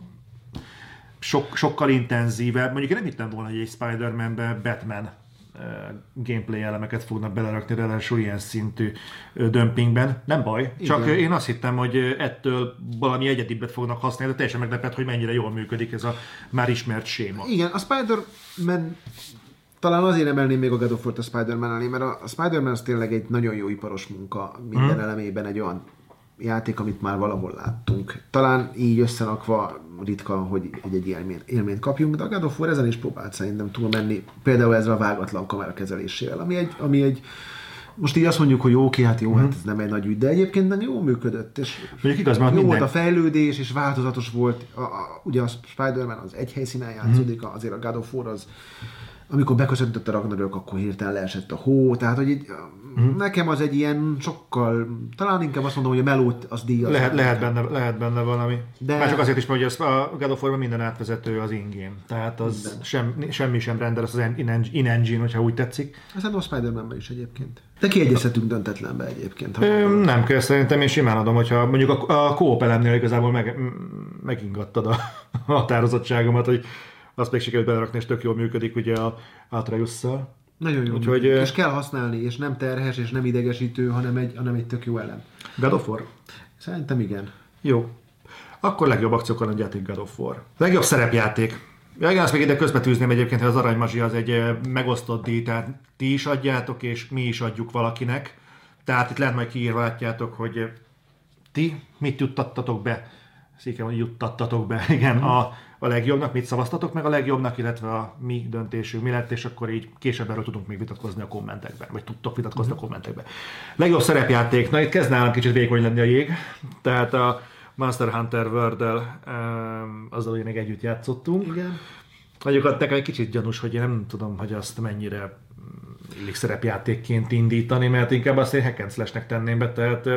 sokkal intenzívebb. Mondjuk én nem hittem volna, hogy egy Spider-Man-be Batman gameplay elemeket fognak belerakni, ráadásul ilyen szintű dömpingben. Nem baj, csak igen. Én azt hittem, hogy ettől valami egyedibbet fognak használni, de teljesen meglepett, hogy mennyire jól működik ez a már ismert séma. Igen, a Spider-Man talán azért emelném még a God of War-t a Spider-Man elé, mert a Spider-Man az tényleg egy nagyon jó iparos munka minden elemében, egy olyan játék, amit már valahol láttunk. Talán így összerakva ritka, hogy egy élményt kapjunk, de a God of War ezen is próbált szerintem túl menni, például ezzel a vágatlan kamera kezelésével, ami egy most így azt mondjuk, hogy oké, hát ez nem egy nagy ügy, de egyébként nagyon jól működött, és jó volt a fejlődés, és változatos volt. Ugye a Spider-Man az egy helyszínen játszódik, azért a God of War az, amikor beköszöntött a Ragnarök, akkor hirtelen leesett a hó, tehát hogy így, nekem az egy ilyen sokkal, talán inkább azt mondom, hogy a melót az díjaz. Lehet benne valami. De... Már csak azért is, hogy a God of War-ban minden átvezető az in-game. Tehát az semmi sem rendel, az in-engine, hogyha úgy tetszik. Ez a Spider-Man-ben is egyébként. De kiegyezhetünk döntetlenbe egyébként. Nem kell, szerintem én simán adom, hogyha mondjuk a co-op elemnél igazából megingattad a határozottságomat, hogy azt még sikerült belerakni, és tök jól működik ugye a Atreus-szal. Nagyon jó. Úgyhogy, és kell használni, és nem terhes, és nem idegesítő, hanem egy tök jó elem. God of War? Szerintem igen. Jó. Akkor legjobb akciókalandjáték God of War. Legjobb szerepjáték. Ja, igen, azt még ide közbetűzném egyébként, hogy az Aranymazsi az egy megosztott díj, tehát ti is adjátok, és mi is adjuk valakinek. Tehát itt lehet majd kiírva látjátok, hogy ti mit juttattatok be. Szépen, hogy juttattatok be, igen, a legjobbnak, mit szavaztatok meg a legjobbnak, illetve a mi döntésünk mi lett, és akkor így később erről tudunk még vitatkozni a kommentekben, vagy tudtok vitatkozni a kommentekben. Legjobb szerepjáték, na itt kezd nálam kicsit vékony lenni a jég, tehát a Monster Hunter World-del azzal, hogy még együtt játszottunk. Igen. Mondjuk nekem egy kicsit gyanús, hogy én nem tudom, hogy azt mennyire illik szerepjátékként indítani, mert inkább azt én hack and slash-nek tenném be, tehát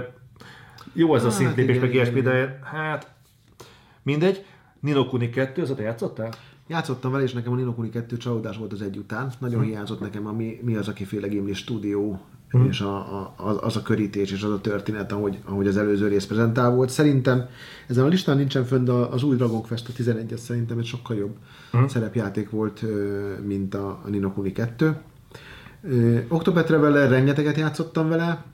jó ez a szintlépés, meg ilyesmi, de hát mindegy. Ni no Kuni 2, azóta játszottál? Játszottam vele, és nekem a Ni no Kuni 2 csalódás volt az egy után. Nagyon hiányzott nekem mi az, aki féle Gimli stúdió, és az a körítés, és az a történet, ahogy az előző rész prezentál volt. Szerintem ezen a listán nincsen fönn, de az új Dragon Quest a 11-es szerintem egy sokkal jobb szerepjáték volt, mint a Ni no Kuni 2. Octopath Traveler rengeteget játszottam vele.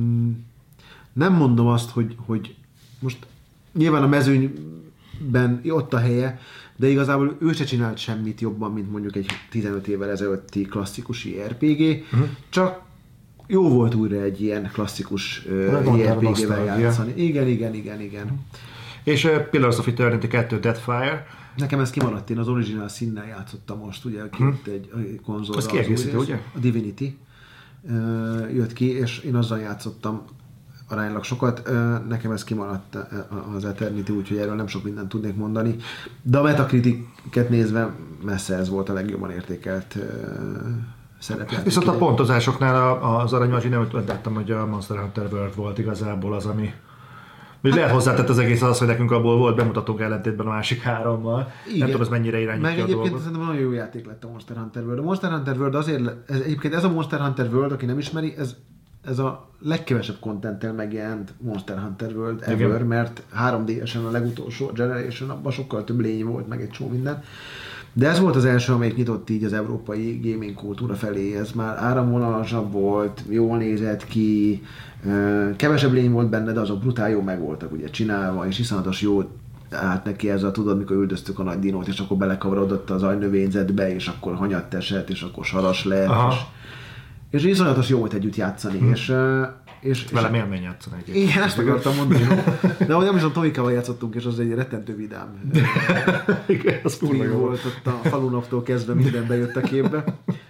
Nem mondom azt, hogy most nyilván a mezőnyben ott a helye, de igazából ő se csinált semmit jobban, mint mondjuk egy 15 évvel ezelőtti klasszikus RPG, csak jó volt újra egy ilyen klasszikus RPG-vel játszani. Igen. És Pillars of Eternity 2 Deathfire. Nekem ez kimaradt, én az Original Sin-nel játszottam most, ugye, kijött egy konzolra. Az kiegészítő, ugye? A Divinity jött ki, és én azzal játszottam aránylag sokat. Nekem ez kimaradt az Eternity, úgyhogy erről nem sok mindent tudnék mondani. De a Metacritic-et nézve messze ez volt a legjobban értékelt szerepjáték. Viszont a pontozásoknál az Aranymazsi, nem láttam, hogy a Monster Hunter World volt igazából az, ami Lehet hozzátett az egész az, hogy nekünk abból volt bemutatónk ellentétben a másik 3-mal. Nem tudom, ez mennyire irányítja a dolgot. Meg egyébként szerintem nagyon jó játék lett a Monster Hunter World. A Monster Hunter World azért, egyébként ez a Monster Hunter World, aki nem ismeri, ez a legkevesebb contenttel megjelent Monster Hunter World ever, igen. Mert 3DS-en a legutolsó Generation, abban sokkal több lény volt, meg egy csomó minden. De ez volt az első, amelyik nyitott így az európai gaming kultúra felé. Ez már áramvonalasabb volt, jól nézett ki, kevesebb lény volt benne, de azok brutál jó meg voltak ugye csinálva, és iszonyatos jó állt neki ez a, tudod, mikor üldöztük a nagy dinót, és akkor belekavarodott az ajnövényzetbe, és akkor hanyatt esett, és akkor saras lett, és iszonyatos jó volt együtt játszani, és velem élmény játszani egyébként. Igen, ezt akartam mondani. De ahogy nem is a Tomikával játszottunk, és az egy rettentő vidám. Igen, az kurva jó volt. Ott a falunaptól kezdve minden bejött a képbe.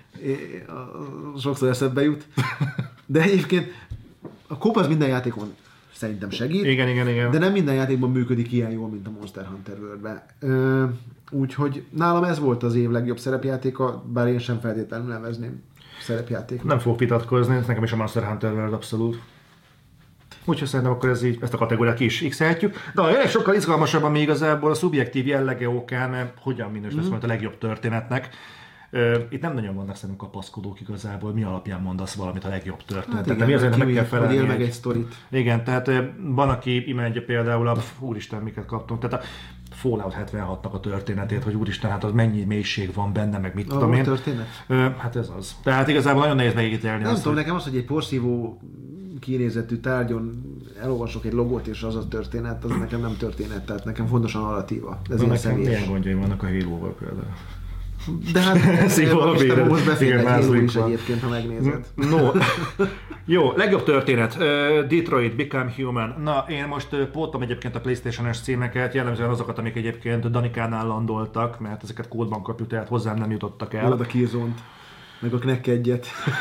Sokszor eszedbe jut. De egyébként a kóp az minden játékon szerintem segít. Igen. De nem minden játékban működik ilyen jól, mint a Monster Hunter World-ben. Úgyhogy nálam ez volt az év legjobb szerepjátéka, bár én sem feltétlenül nevezném szerepjáték. Nem fogok vitatkozni, nekem is a Monster Hunter World abszolút. Úgyhogy szerintem akkor ezt a kategóriát ki is x-elhetjük. De egy sokkal izgalmasabb, ami igazából a szubjektív jellege okán hogyan minősül a legjobb történetnek. Itt nem nagyon vannak szerintem kapaszkodók igazából, mi alapján mondasz valamit a legjobb történetet. Hát igen, mi azért meg kell felelni. Él meg egy sztorit. Igen, tehát van, aki imádja például úristen, miket kaptunk, tehát a Fallout 76-nak a történetét, hogy úristen, hát az mennyi mélység van benne, meg mit tudom én. Történet? Hát ez az. Tehát igazából nagyon nehéz megítélni. Nem tudom, nekem az, hogy egy porszívó kinézetű tárgyon elolvasok egy logót, és az a történet, az nekem nem történet, tehát nekem fontos a narratíva. Ez ilyen személyes. Milyen gondjaim vannak a Halo-val például? De hát most befér egy Halo is egyébként, ha megnézed. No. Jó, legjobb történet. Detroit, Become Human. Na, én most pótom egyébként a PlayStation-es címeket, jellemzően azokat, amik egyébként Danikánál landoltak, mert ezeket kódban kapjuk, tehát hozzám nem jutottak el. Hallod a Killzone-t, meg a Knack 1-et.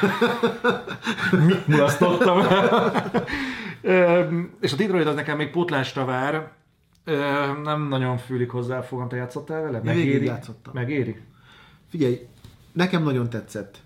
Mit mulasztottam? És a Detroit az nekem még pótlásra vár. Nem nagyon fűlik hozzá, fogam, te játszottál vele? Megéri? Megéri? Figyelj, nekem nagyon tetszett.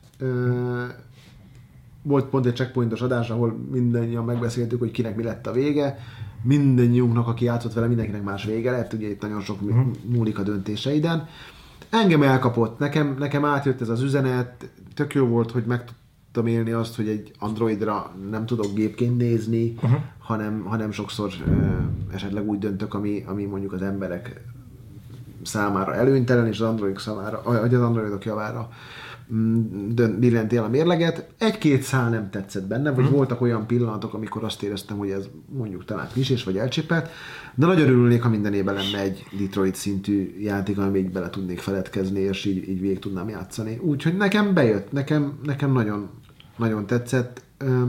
Volt pont egy checkpointos adás, ahol mindannyian megbeszéltük, hogy kinek mi lett a vége. Mindannyiunknak, aki játszott vele, mindenkinek más vége lett, ugye itt nagyon sok múlik a döntéseiden. Engem elkapott, nekem átjött ez az üzenet, tök jó volt, hogy meg tudtam élni azt, hogy egy Androidra nem tudok gépként nézni, hanem sokszor esetleg úgy döntök, ami mondjuk az emberek számára előnytelen, és az androidok javára billenti el a mérleget. Egy-két szál nem tetszett benne, vagy voltak olyan pillanatok, amikor azt éreztem, hogy ez mondjuk talán klisés vagy elcsépelt, de nagyon örülnék, ha minden évben lenne egy Detroit szintű játék, ami így bele tudnék feledkezni, és így végig tudnám játszani. Úgyhogy nekem bejött, nekem nagyon, nagyon tetszett.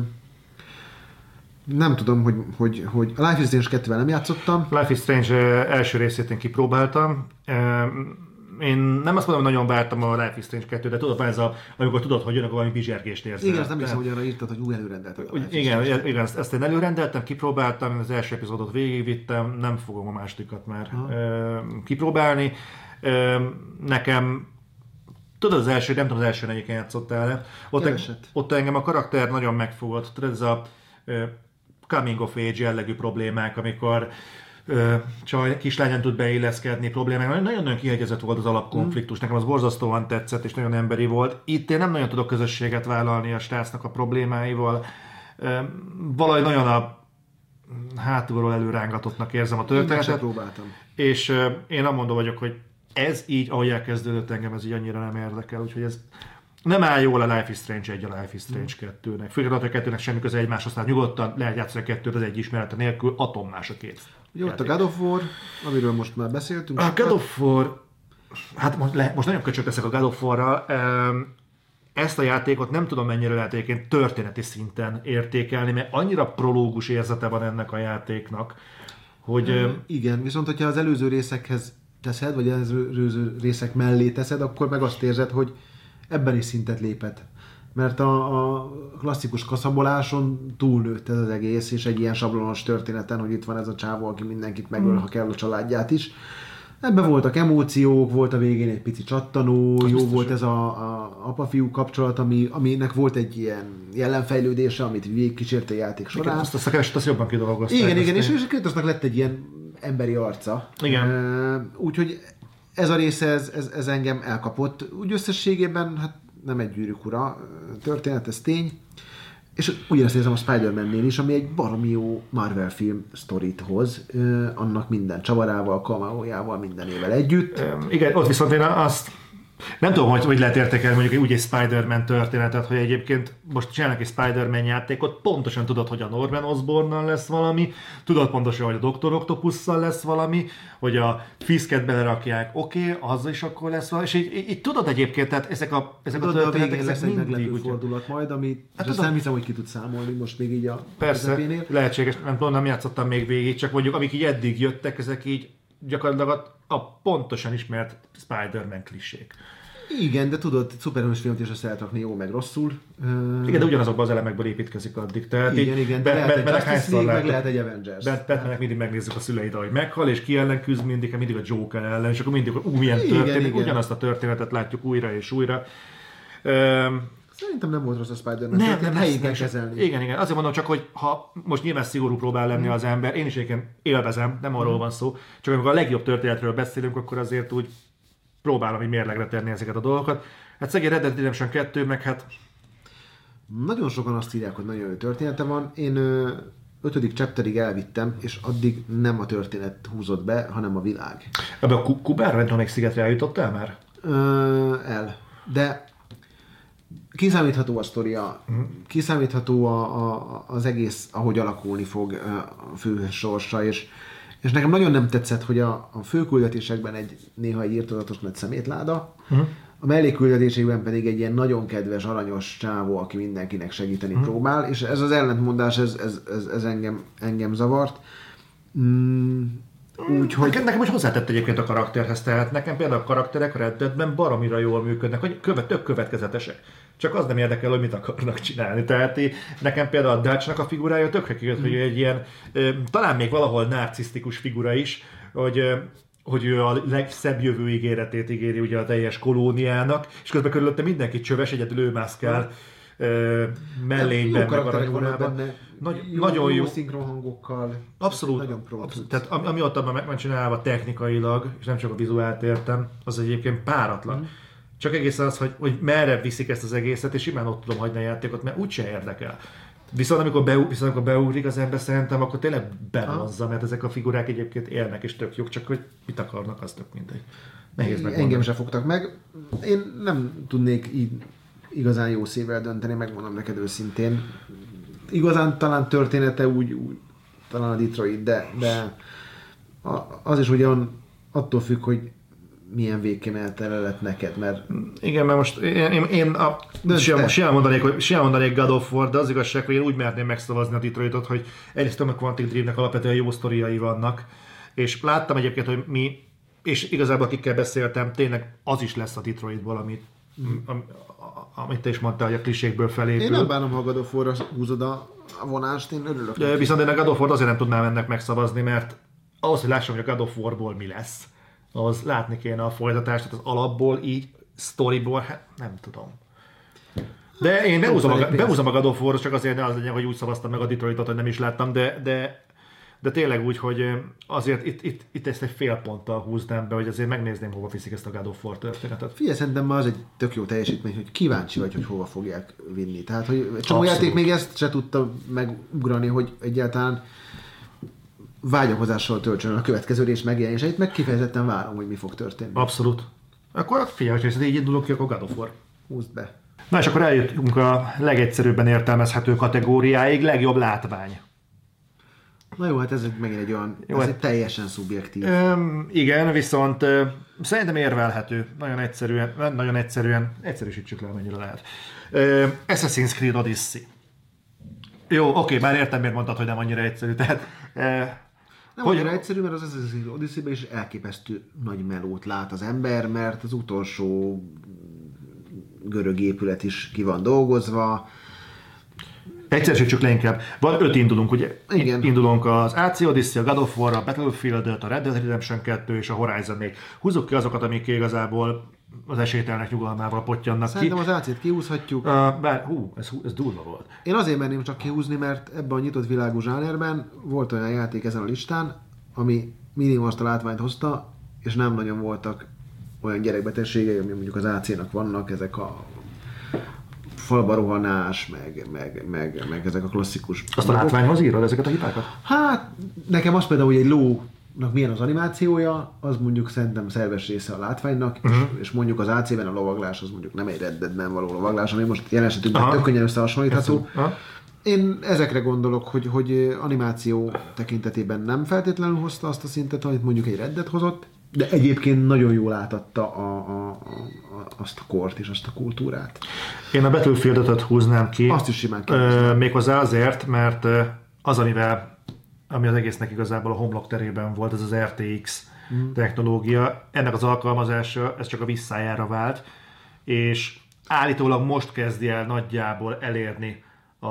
Nem tudom, hogy a Life is Strange 2-vel nem játszottam. Life is Strange első részét én kipróbáltam. Én nem azt mondom, hogy nagyon vártam a Life is Strange 2-t, de tudod, ez amikor tudod, hogy jön, akkor valami bizsergést érzel. Igen, azt nem hiszem, hogy arra írtad, hogy előrendelted a Life is Strange. Igen, ezt én előrendeltem, kipróbáltam, az első epizódot végigvittem, nem fogom a másodikat már kipróbálni. Nekem tudod, nem tudom, az első negyiken játszottál. Ott engem a karakter nagyon megfogott. Tudod, ez a coming of age jellegű problémák, amikor kislányon tud beilleszkedni problémák. Nagyon-nagyon kihegyezett volt az alapkonfliktus. Nekem az borzasztóan tetszett, és nagyon emberi volt. Itt én nem nagyon tudok közösséget vállalni a srácnak a problémáival. Valahogy nagyon a hátulról előrángatottnak érzem a történetet. És én amondó vagyok, hogy ez így, ahogy elkezdődött engem, ez így annyira nem érdekel. Úgyhogy ez nem áll jól a Life is Strange 1 a Life is Strange 2-nek. Főleg, hogy a 2-nek semmi köze egymáshoz, aztán nyugodtan lehet játszani a 2-t az egy ismerete nélkül, atommás a két. Jó, ott a God of War, amiről most már beszéltünk. A God of War, hát most nagyon köcsög leszek a God of War-ra. Ezt a játékot nem tudom mennyire lehet egyébként történeti szinten értékelni, mert annyira prológus érzete van ennek a játéknak, hogy... Igen, viszont hogyha az előző részekhez teszed, vagy az előző részek mellé teszed, akkor meg azt érzed, hogy ebben is szintet lépett. Mert a klasszikus kaszaboláson túlnőtt ez az egész, és egy ilyen sablonos történeten, hogy itt van ez a csávó, aki mindenkit megöl, ha kell a családját is. Ebben voltak emóciók, volt a végén egy pici csattanó, az jó biztos, volt ez a apa-fiú kapcsolat, aminek volt egy ilyen jellemfejlődése, amit végigkísérte a játék során. Azt a keveset azt jobban kidolgozták. Igen, és Kratosnak lett egy ilyen emberi arca. Igen. Úgyhogy ez a része, ez engem elkapott. Úgy összességében, hát nem egy Gyűrűk ura történet, ez tény. És ugyanezt érzem a Spider-Man-nél is, ami egy baromi jó Marvel film sztorit hoz, annak minden csavarával, kameójával, mindenével együtt. Igen, ott viszont én azt nem tudom, hogy lehet értékelni mondjuk úgy egy Spider-Man történetet, hogy egyébként most csinálnak egy Spider-Man játékot, pontosan tudod, hogy a Norman Osborn-nal lesz valami, tudod pontosan, hogy a Dr. Octopusszal lesz valami, hogy a Fisket belerakják, oké, azzal is akkor lesz valami, és így tudod egyébként, tehát ezek a történetek lesz egy meglepő fordulat majd, amit hát nem hiszem, hogy ki tud számolni most még így a közepénél. Persze, lehetséges, nem játszottam még végig, csak mondjuk amik így eddig jöttek, ezek így gyakorlatilag a pontosan ismert Spider-Man klisék. Igen, de tudod, szuperhős filmet is össze lehet rakni jó meg rosszul. Igen, de ugyanazokban az elemekből építkezik addig. Tehát igen, de lehet egy Justice League, meg lehet egy Avengers. Batmannek mindig megnézzük a szüleid, ahogy meghal, és ki ellen küzd mindig a Joker ellen, és akkor mindig, milyen történik, ugyanazt a történetet látjuk újra és újra. Szerintem nem volt rossz a Spider-Man, nem helyén kell kezelni. Igen, azért mondom csak, hogy ha most nyilván szigorú próbál lenni az ember, én is egyébként élvezem, nem arról van szó, csak amikor a legjobb történetről beszélünk, akkor azért úgy próbálom így mérlegre tenni ezeket a dolgokat. Hát szegény Red Dead Redemption 2, meg hát... Nagyon sokan azt írják, hogy nagyon jó története van. Én 5. chapterig elvittem, és addig nem a történet húzott be, hanem a világ. Ebben a Kuberneton szigetre eljutottál már? El. De kiszámítható a sztoria, kiszámítható az egész, ahogy alakulni fog a főhős sorsa, és nekem nagyon nem tetszett, hogy a főküldetésekben néha egy írtozatos nagy szemétláda, a mellékküldetésekben pedig egy ilyen nagyon kedves, aranyos csávó, aki mindenkinek segíteni próbál, és ez az ellentmondás, ez engem zavart. Úgyhogy... Nekem is hozzátett egyébként a karakterhez, tehát nekem például a karakterek a Red Deadben baromira jól működnek, hogy tök következetesek. Csak az nem érdekel, hogy mit akarnak csinálni. Tehát nekem például a Dutchnak a figurája tökre kijött, hogy egy ilyen, talán még valahol narcisztikus figura is, hogy ő a legszebb jövőígéretét ígéri ugye a teljes kolóniának, és közben körülötte mindenki csöves, egyedül ő mászkál mellényben, meg aranyvonalban. Nagyon jó szinkronhangokkal. Abszolút. Tehát ami ott abban meg van csinálva technikailag, és nem csak a vizuált értem, az egyébként páratlan. Csak egészen az, hogy merre viszik ezt az egészet, és imán ott tudom hagyni a játékot, mert úgyse érdekel. Viszont amikor beugrik az ember, szerintem, akkor tényleg bevonzza, mert ezek a figurák egyébként élnek, és tök jók, csak hogy mit akarnak, az tök mindegy. Nehéz megmondani. Engem se fogtak meg. Én nem tudnék így igazán jó szívvel dönteni, megmondom neked őszintén. Igazán talán története úgy talán a Detroit, de az is ugyan attól függ, hogy milyen végkimenetele lett neked, mert... Igen, mert most én simán mondanék God of War, de az igazság, hogy én úgy merném megszavazni a Detroitot, hogy egyrészt a Quantic Dreamnek alapvetően jó sztoriai vannak, és láttam egyébként, hogy és igazából akikkel beszéltem, tényleg az is lesz a Detroitból, amit te is mondtál, hogy a klisékből felépül. Én nem bánom, ha a God of War-ra húzod a vonást, én örülök. Viszont én a God of War-t azért nem tudnám ennek megszavazni, mert ahhoz, hogy lássam, hogy a God of War-ból mi lesz, ahhoz látni kéne a folytatást, tehát az alapból így, storyból, hát nem tudom. De én behúzom a God of War, csak azért ne az legyen, hogy úgy szavaztam meg a Detroitot, hogy nem is láttam, de tényleg úgy, hogy azért itt ezt egy fél ponttal húznám be, hogy azért megnézném, hova viszik ezt a God of War történetet. Figyelj, szerintem ma az egy tök jó teljesítmény, hogy kíváncsi vagy, hogy hova fogják vinni. Tehát, hogy csomó játék még ezt se tudta megugrani, hogy egyáltalán vágyakozással töltsön a következő rész megjelenéseit, meg kifejezetten várom, hogy mi fog történni. Abszolút. Akkor figyelj, hogy így indulok ki, akkor God of War. Húzd be. Na és akkor eljutunk a legegyszerűbben értelmezhető kategóriáig, legjobb látvány. Na jó, hát ez megint egy olyan, egy teljesen szubjektív. Igen, viszont szerintem érvelhető. Nagyon egyszerűen, egyszerűsítsük le, amennyire lehet. Assassin's Creed Odyssey. Jó, oké, már értem, miért mondtad, hogy nem annyira egyszerű. Tehát, nem annyira egyszerű, mert az Assassin's Creed Odyssey-ben is elképesztő nagy melót lát az ember, mert az utolsó görög épület is ki van dolgozva. Egyszerűsítsük le inkább. Van 5 indulunk, ugye? Igen. Indulunk az AC Odyssey, a God of War, a Battlefield-et, a Red Dead Redemption 2 és a Horizon 4. Húzzuk ki azokat, amik igazából az esélytelenek nyugalmával pottyannak ki. Szerintem az AC-t kihúzhatjuk. Bár, ez durva volt. Én azért merném csak kihúzni, mert ebben a nyitott világú zsánerben volt olyan játék ezen a listán, ami minimum azt a látványt hozta, és nem nagyon voltak olyan gyerekbetegségei, ami mondjuk az AC-nak vannak, ezek a falba rohanás, meg ezek a klasszikus... Azt a látványhoz írod ezeket a hibákat? Hát, nekem az például, hogy egy lónak milyen az animációja, az mondjuk szerintem szerves része a látványnak, és mondjuk az AC-ben a lovaglás, az mondjuk nem egy Red Deadben való lovaglás, ami most jelen esetünkben tök könnyen összehasonlítható. Én ezekre gondolok, hogy animáció tekintetében nem feltétlenül hozta azt a szintet, amit mondjuk egy Red Dead hozott, de egyébként nagyon jól átadta azt a kort és azt a kultúrát. Én a Battlefield-öt húznám ki. Azt is simán kérdeztem. Méghozzá azért, mert az, ami az egésznek igazából a homlok terében volt, ez az RTX technológia, ennek az alkalmazása, ez csak a visszájára vált, és állítólag most kezdi el nagyjából elérni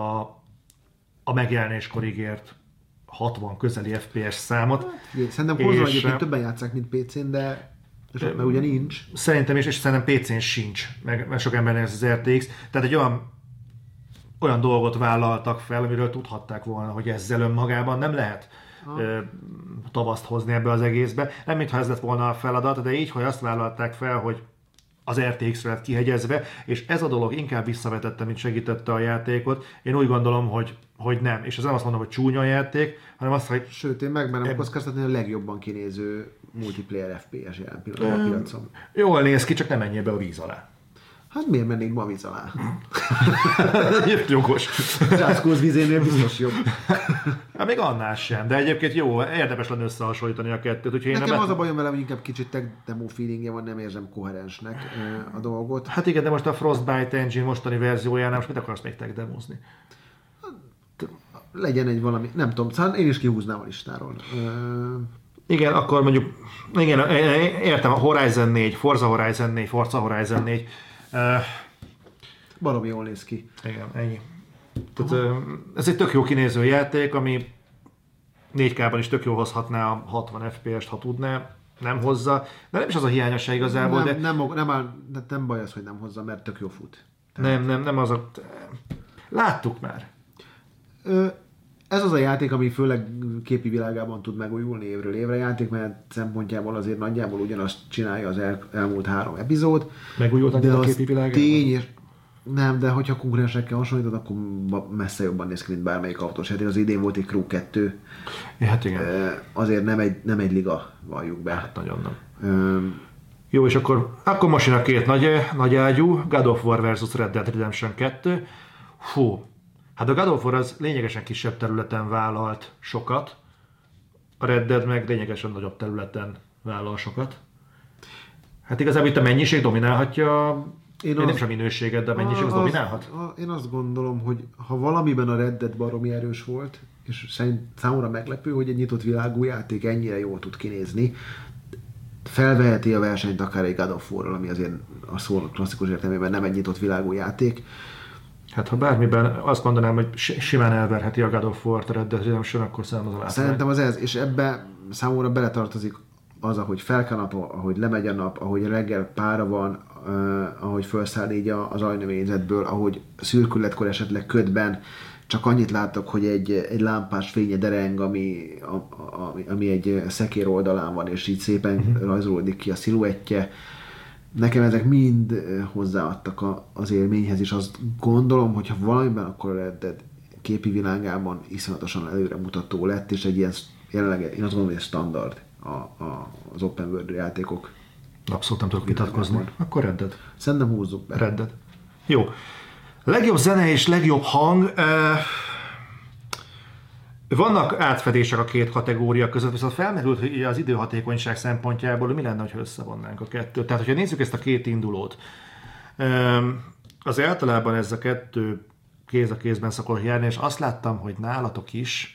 a megjelenéskor ígért 60 közeli FPS számot. Szerintem konzol egyébként többen játsszák, mint PC-n, de mert ugye nincs. Szerintem is, és szerintem PC-n sincs, meg sok embernek ez az RTX. Tehát egy olyan dolgot vállaltak fel, amiről tudhatták volna, hogy ezzel önmagában nem lehet tavaszt hozni ebbe az egészbe. Nem mintha ez lett volna a feladat, de így, hogy azt vállalták fel, hogy az RTX-re lett kihegyezve, és ez a dolog inkább visszavetette, mint segítette a játékot. Én úgy gondolom, hogy nem. És ez nem azt mondom, hogy csúnya játék, hanem azt, hogy... Sőt, én megmerem kockáztatni, a legjobban kinéző multiplayer FPS jelen pillanatban a piacon. Jól néz ki, csak nem menjél be a víz alá. Hát miért mennék ma a víz alá? Jogos. Jászkóz vízénél biztos jobb. Hát még annál sem, de egyébként jó, érdemes lenne összehasonlítani a kettőt. Úgyhogy nekem az a bajom vele, hogy inkább kicsit tech demo feelingje van, nem érzem koherensnek a dolgot. Hát igen, de most a Frostbite Engine mostani verziójánál most mit akarsz még tech demozni? Legyen egy valami, nem tudom, szóval én is kihúznám a listáról. Igen, akkor mondjuk, igen, értem, a Horizon 4, Forza Horizon 4, Forza Horizon 4. Baromi jól néz ki. Igen, ennyi. Tehát, ez egy tök jó kinéző játék, ami 4K-ban is tök jó hozhatná a 60 FPS-t, ha tudná, nem hozza. De nem is az a hiányosság igazából, nem baj az, hogy nem hozza, mert tök jó fut. Nem az a... Láttuk már. Ez az a játék, ami főleg képi világában tud megújulni évről évre. Játékmenet szempontjából azért nagyjából ugyanazt csinálja az elmúlt 3 epizód. Megújult a képi világában? Tény, nem, de hogyha konkurensekkel hasonlítod, akkor messze jobban néz ki, mint bármelyik autós játék. Az idén volt egy Crew 2. Hát igen. Azért nem egy liga, valljuk be. Hát nagyon nem. Jó, és akkor most jön a két nagy ágyú, God of War versus Red Dead Redemption 2. Fú. Hát a God of War az lényegesen kisebb területen vállalt sokat, a Red Dead meg lényegesen nagyobb területen vállal sokat. Hát igazából itt a mennyiség dominálhatja, nem a minőséget, de a mennyiség az dominálhat? Én azt gondolom, hogy ha valamiben a Red Dead baromi erős volt, és számomra meglepő, hogy egy nyitott világú játék ennyire jól tud kinézni, felveheti a versenyt akár egy God of War-ral, ami azért a szó klasszikus értelmében nem egy nyitott világú játék. Hát ha bármiben azt mondanám, hogy simán elverheti a God of War-t a Red Dead Redemption, akkor szerintem az a látvány. Szerintem az ez, és ebbe számomra beletartozik az, ahogy felkel a nap, ahogy lemegy a nap, ahogy reggel pára van, ahogy felszáll így az ajnövényzetből, ahogy szürkületkor esetleg ködben, csak annyit látok, hogy egy lámpás fénye dereng, ami egy szekér oldalán van, és így szépen rajzolódik ki a sziluettje. Nekem ezek mind hozzáadtak az élményhez, és azt gondolom, hogy ha valamiben, akkor a Red Dead képi világában iszonyatosan előremutató lett, és egy ilyen, jelenleg én azt gondolom, hogy ez standard az open world játékok. Abszolút nem tudok vitatkozni. Akkor Red Dead. Szerintem húzzuk be. Red Dead. Jó. Legjobb zene és legjobb hang. Vannak átfedések a két kategória között, viszont felmerült, hogy az időhatékonyság szempontjából mi lenne, ha összevonnánk a kettőt. Tehát, hogyha nézzük ezt a két indulót, az általában ez a kettő kéz a kézben szokott járni, és azt láttam, hogy nálatok is.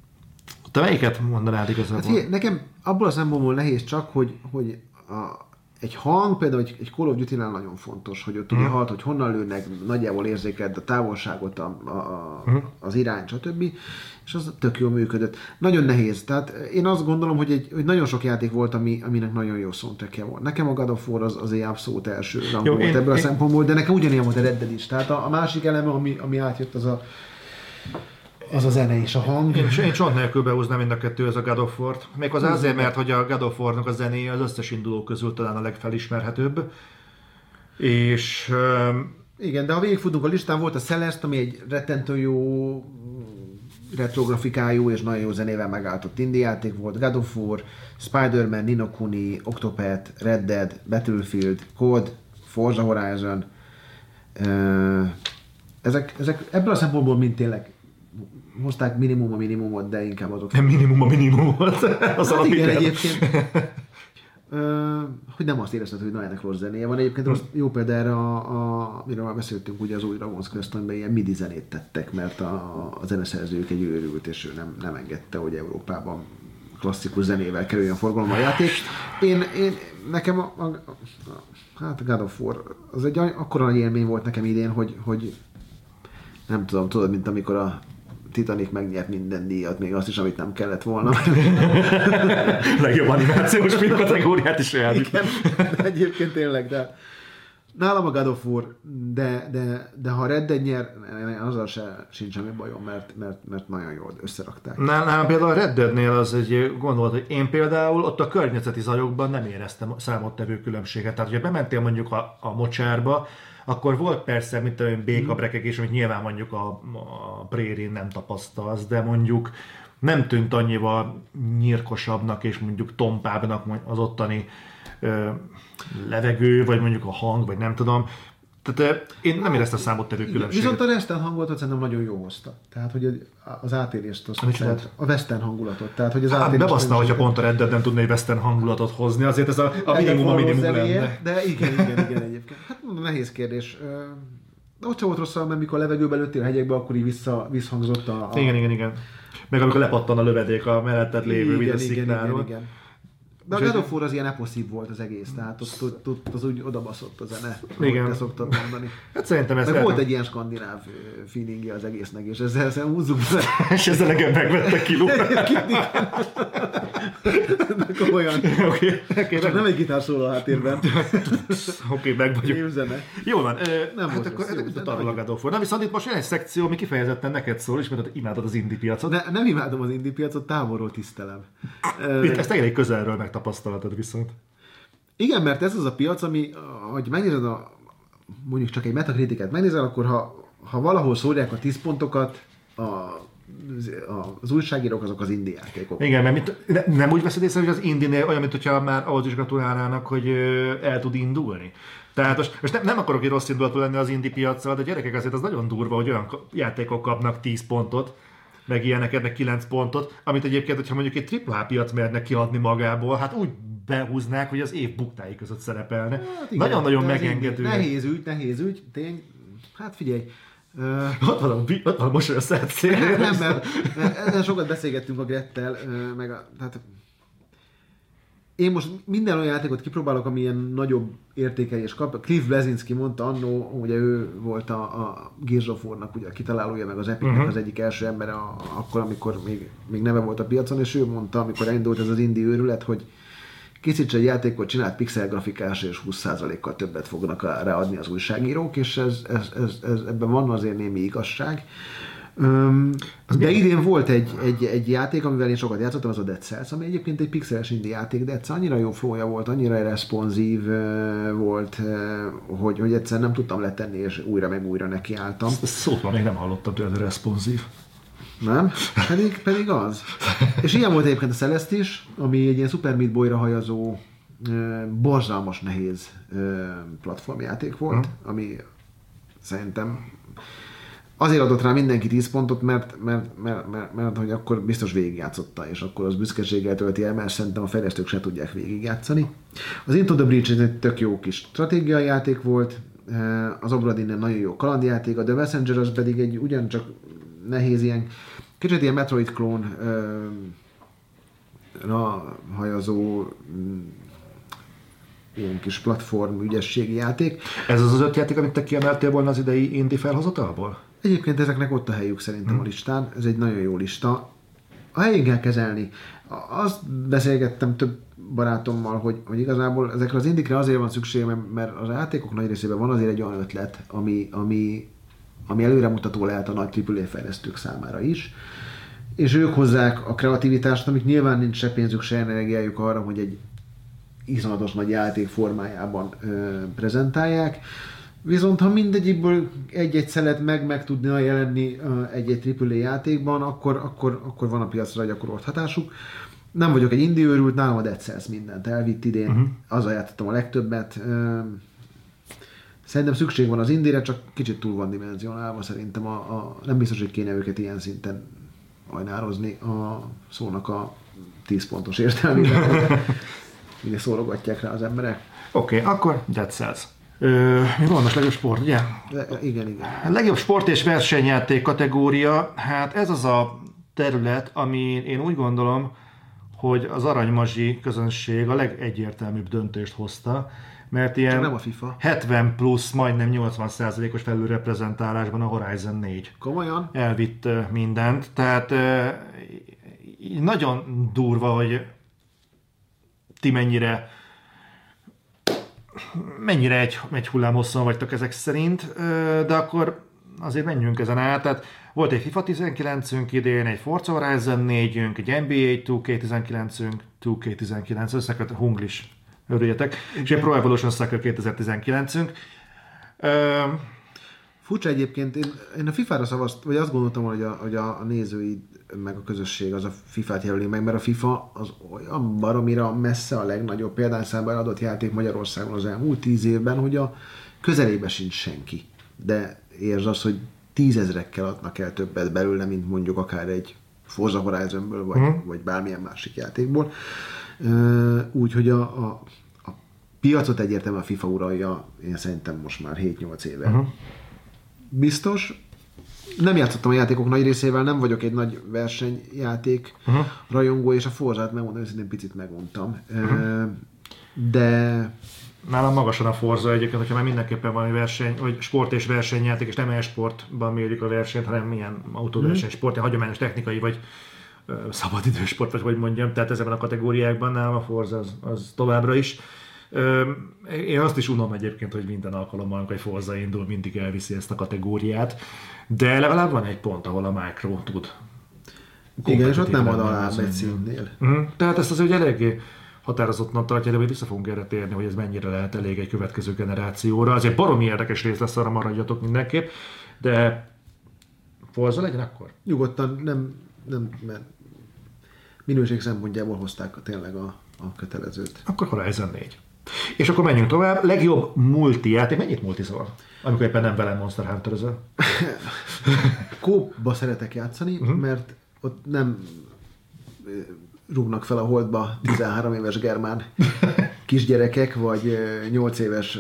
Te melyiket mondanád igazából? Hát, nekem abból a szempontból nehéz csak, hogy egy hang, például egy Call of Duty-nál nagyon fontos, hogy ott ugye halt, hogy honnan lőnek, nagyjából érzékeld a távolságot, az irány, stb. És az tök jól működött. Nagyon nehéz. Tehát én azt gondolom, hogy nagyon sok játék volt, aminek nagyon jó soundtrackje volt. Nekem a God of War az egy abszolút első rang volt ebből a szempontból, de nekem ugyanilyen volt a Red Dead is. Tehát a másik eleme, ami átjött, az a zene és a hang. Én csont nélkül behúznám mind a kettő, ez a God of War-t. Méghozzá azért, mert hogy a God of War-nak a zenéje az összes induló közül talán a legfelismerhetőbb. És... igen, de ha végigfutunk a listán, volt a Celeste, ami egy rettentő jó retrografikájú és nagyon jó zenével megálltott indie játék volt. God of War, Spider-Man, Ni no Kuni, Octopath, Red Dead, Battlefield, Code, Forza Horizon. Ezek ebből a szempontból mind tényleg hozták minimum a minimumot, de inkább azok. Minimum a minimumot. Az hát igen, egyébként. Hogy nem azt érezted, hogy ennek rossz zenéje van. Egyébként rossz, jó példa erre, amiről már beszéltünk, ugye az új Dragon's Quest, amiben ilyen MIDI zenét tettek, mert a zeneszerzők egy őrült, és ő nem engedte, hogy Európában klasszikus zenével kerüljön forgalomba a játék. Nekem hát a God of War az egy akkora nagy élmény volt nekem idén, hogy nem tudom, tudod, mint amikor a Titanic megnyert minden díjat, még azt is, amit nem kellett volna. Legjobb animációs film kategóriát is elvitt. Igen, de egyébként tényleg, de nálam a God of War, de ha Red Dead nyer, azzal sincs semmi bajom, mert nagyon jól összerakták. Nálam például a Red Deadnél az egy gondolat, hogy én például ott a környezeti zajokban nem éreztem számottevő különbséget. Tehát, hogyha bementél mondjuk a mocsárba, akkor volt persze, mint olyan békabrekegés, amit nyilván mondjuk a prérin nem tapasztalsz, de mondjuk nem tűnt annyival nyírkosabbnak és mondjuk tompábbnak az ottani levegő, vagy mondjuk a hang, vagy nem tudom. Tehát én nem éreztem számottevő különbséget. Viszont a western hangulatot szerintem nagyon jó hozta. Tehát, hogy az átérést hozta. A western hangulatot. Tehát, hogy az átérést... Bebaszna, hogyha pont a Red Dead nem tudna egy western hangulatot hozni, azért ez a minimum lenne. De igen, egyébként. Hát nehéz kérdés. De ott sem volt rosszabb, mert mikor a levegőbe lőttél a hegyekbe, akkor így visszhangzott a... Igen. Meg amikor lepattan a lövedék a melletted lévő vízeszikláról. Igen. De a God of War az ilyen eposzív volt az egész, tehát ott az úgy odabaszott a zene, ahogy te szoktad mondani. Hát szerintem ez volt egy ilyen skandináv feelingje az egésznek, és ezzel húzzuk be. És ezzel nekem megvettek kilóra. Komolyan. Okay, csak nem egy gitár szól a háttérben. Oké, meg vagyok. Jó zene. Jó van. Nem hát akkor arról a God of War. Na viszont itt most jön egy szekció, ami kifejezetten neked szól, és mert imádod az indie piacot. Nem imádom az indie piacot, távolról tisztelem. Ezt elég közelről megtapasztalatod viszont. Igen, mert ez az a piac, ami, hogy megnézed mondjuk csak egy Metacriticet megnézel, akkor ha valahol szórják a 10 pontokat, az újságírók azok az indie játékok. Igen, mert nem úgy veszed észre, hogy az indie-nél olyan, mintha már ahhoz is gratulálnának, hogy el tud indulni. Tehát most nem akarok egy rossz indulatú lenni az indie piaccal, de gyerekek, azért az nagyon durva, hogy olyan játékok kapnak 10 pontot, meg ilyenek ennek 9 pontot, amit egyébként, hogyha mondjuk egy AAA piac mernek kiadni magából, hát úgy behúznák, hogy az év buktái között szerepelne. Hát nagyon-nagyon megengedő. Nehéz ügy, tény. Hát figyelj. Ott van a mosoly a szert szél. Nem, mert ezzel sokat beszélgettünk a Grettel, tehát én most minden olyan játékot kipróbálok, ami ilyen nagyobb értékelés kap. Cliff Bleszinski mondta annó, ugye ő volt a Gears of War-nak ugye a kitalálója, meg az Epicnek az egyik első embere akkor, amikor még neve volt a piacon, és ő mondta, amikor elindult ez az indie őrület, hogy készíts egy játékot, csinált pixel grafikás, és 20%-kal többet fognak ráadni az újságírók, és ebben van azért némi igazság. De idén volt egy játék, amivel én sokat játszottam, az a Dead Cells, ami egyébként egy pixeles indie játék, de egyszer annyira jó flowja volt, annyira responsív volt, hogy egyszer nem tudtam letenni, és újra meg újra nekiálltam. Szót már még nem hallottam tőle, responsív. Nem? Pedig az. És ilyen volt egyébként a Celeste is, ami egy ilyen Super Meat Boy-ra hajazó, borzalmas nehéz platformjáték volt, ami szerintem azért adott rá mindenki 10 pontot, mert hogy akkor biztos végigjátszotta, és akkor az büszkeséggel tölti el, mert szerintem a fejlesztők se tudják végigjátszani. Az Into the Breach egy tök jó kis stratégiai játék volt, az Obradin nagyon jó kalandjáték, a The Messenger az pedig egy ugyancsak nehéz ilyen, kicsit ilyen Metroid klón hajazó ilyen kis platform ügyességi játék. Ez az 5 játék, amit te kiemeltél volna az idei indie felhozatalból? Egyébként ezeknek ott a helyük szerintem a listán. Ez egy nagyon jó lista. A helyén kell kezelni. Azt beszélgettem több barátommal, hogy igazából ezekre az indikre azért van szükség, mert az játékok nagy részében van azért egy olyan ötlet, ami előremutató lehet a nagy AAA fejlesztők számára is. És ők hozzák a kreativitást, amik nyilván nincs se pénzük, se energiájuk arra, hogy egy iszonyatos nagy játék formájában prezentálják. Viszont ha mindegyikből egy-egy szelet meg tudna jelenni egy-egy AAA játékban, akkor van a piacra gyakorolt hatásuk. Nem vagyok egy indie őrült, nálam a Dead Cells mindent elvitt idén, azzal játszottam a legtöbbet. Szerintem szükség van az indire, csak kicsit túl van dimenzionálva, szerintem nem biztos, hogy kéne őket ilyen szinten ajnározni a szónak a 10 pontos értelmében. Ugye szórogatják rá az emberek. Oké, akkor Dead Cells. Mi van most legjobb sport, ugye? Igen. A legjobb sport és versenyjáték kategória, hát ez az a terület, ami én úgy gondolom, hogy az aranymazsi közönség a legegyértelműbb döntést hozta, mert ilyen nem a FIFA. 70 plusz, majdnem 80%-os felülreprezentálásban a Horizon 4 komolyan elvitt mindent, tehát nagyon durva, hogy ti mennyire egy hullámhosszon vagytok ezek szerint, de akkor azért menjünk ezen át. Tehát volt egy FIFA 19-ünk idén, egy Forza Horizon 4-ünk, egy NBA 2K19-ünk, 2K19, összeköt Hunglis, örüljetek, és egy Pro Evolution Soccer 2019-ünk. Furcsa egyébként, én a FIFA-ra szavaztam, vagy azt gondoltam, hogy a nézőid meg a közösség az a FIFA-t jelöli meg, mert a FIFA az olyan baromira messze a legnagyobb példányszámban adott játék Magyarországon az elmúlt 10 évben, hogy a közelébe sincs senki. De értsd azt, hogy 10 000-ekkel adnak el többet belőle, mint mondjuk akár egy Forza Horizonből, vagy bármilyen másik játékból. Úgyhogy a piacot egyértelműen a FIFA uralja, én szerintem most már 7-8 éve. Biztos. Nem játszottam a játékok nagy részével, nem vagyok egy nagy versenyjáték rajongó, és a Forzát megmondom, hogy szintén picit meguntam. De... Nálam magasan a Forza egyébként, hogyha már mindenképpen van egy verseny, vagy sport és versenyjáték, és nem e-sportban mérjük a versenyt, hanem milyen autóverseny, sport, hagyományos technikai, vagy szabadidősport, vagy hogy mondjam, tehát ezekben a kategóriákban nálam a Forza az továbbra is. Én azt is unom egyébként, hogy minden alkalommal, amikor egy Forza indul, mindig elviszi ezt a kategóriát, de legalább van egy pont, ahol a Micro tud. Igen, és ott nem ad alá egy színnél. Tehát ezt az ugye eléggé határozottan tartja, de vissza fogunk erre térni, hogy ez mennyire lehet elég egy következő generációra. Azért baromi érdekes rész lesz, arra maradjatok mindenképp, de Forza legyen akkor? Nyugodtan, nem mert minőség szempontjából hozták tényleg a kötelezőt. Akkor Horizon 4. És akkor menjünk tovább. Legjobb multijáték. Mennyit multizol? Amikor éppen nem velem Monster Hunter-özel. Kópba szeretek játszani, mert ott nem rúgnak fel a holdba 13 éves germán kisgyerekek, vagy 8 éves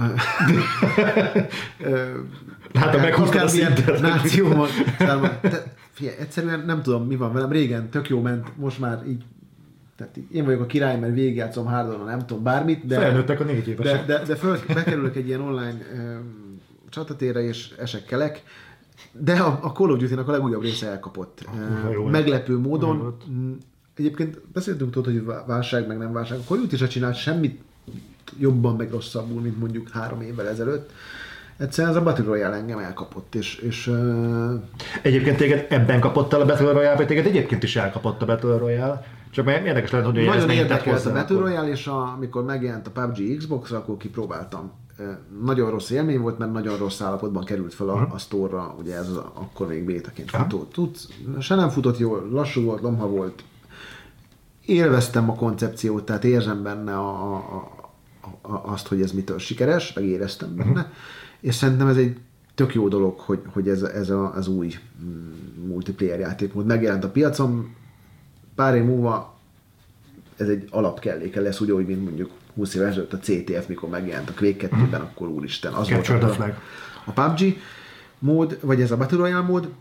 hát meghúztad a szintet. Nációban. Figyelj, egyszerűen nem tudom, mi van velem. Régen tök jó ment, most már így. Tehát én vagyok a király, mert végigjátszom Hardonon, nem tudom bármit, de... Felnőttek a 4 évesek. De bekerülök egy ilyen online csatatérre, és esekkelek, de a Call of Duty-nak a legújabb része elkapott. Meglepő módon. Egyébként beszéltünk tudod, hogy válság, meg nem válság. A Call of Duty se csinált semmit jobban, meg rosszabbul, mint mondjuk 3 évvel ezelőtt. Egyszerűen ez a Battle Royale engem elkapott, és Egyébként téged ebben kapott el a Battle Royale, vagy téged egyébként is elkapott a Battle Royale? Csak érdekes lehet, hogy nagyon érdekelt a Battle Royale, és amikor megjelent a PUBG Xbox-ra, akkor kipróbáltam. Nagyon rossz élmény volt, mert nagyon rossz állapotban került fel a store-ra, ugye ez akkor még bétaként futott. Se nem futott jól, lassú volt, lomha volt. Élveztem a koncepciót, tehát érzem benne azt, hogy ez mitől sikeres, meg éreztem benne. És szerintem ez egy tök jó dolog, hogy ez az új multiplayer játékmód megjelent a piacon. Pár év múlva ez egy alapkelléke lesz, úgy, mint mondjuk 20 éves ezelőtt a CTF, mikor megjelent a Quake 2-ben, akkor úristen, az volt a PUBG mód, vagy ez a Battle Royale mód.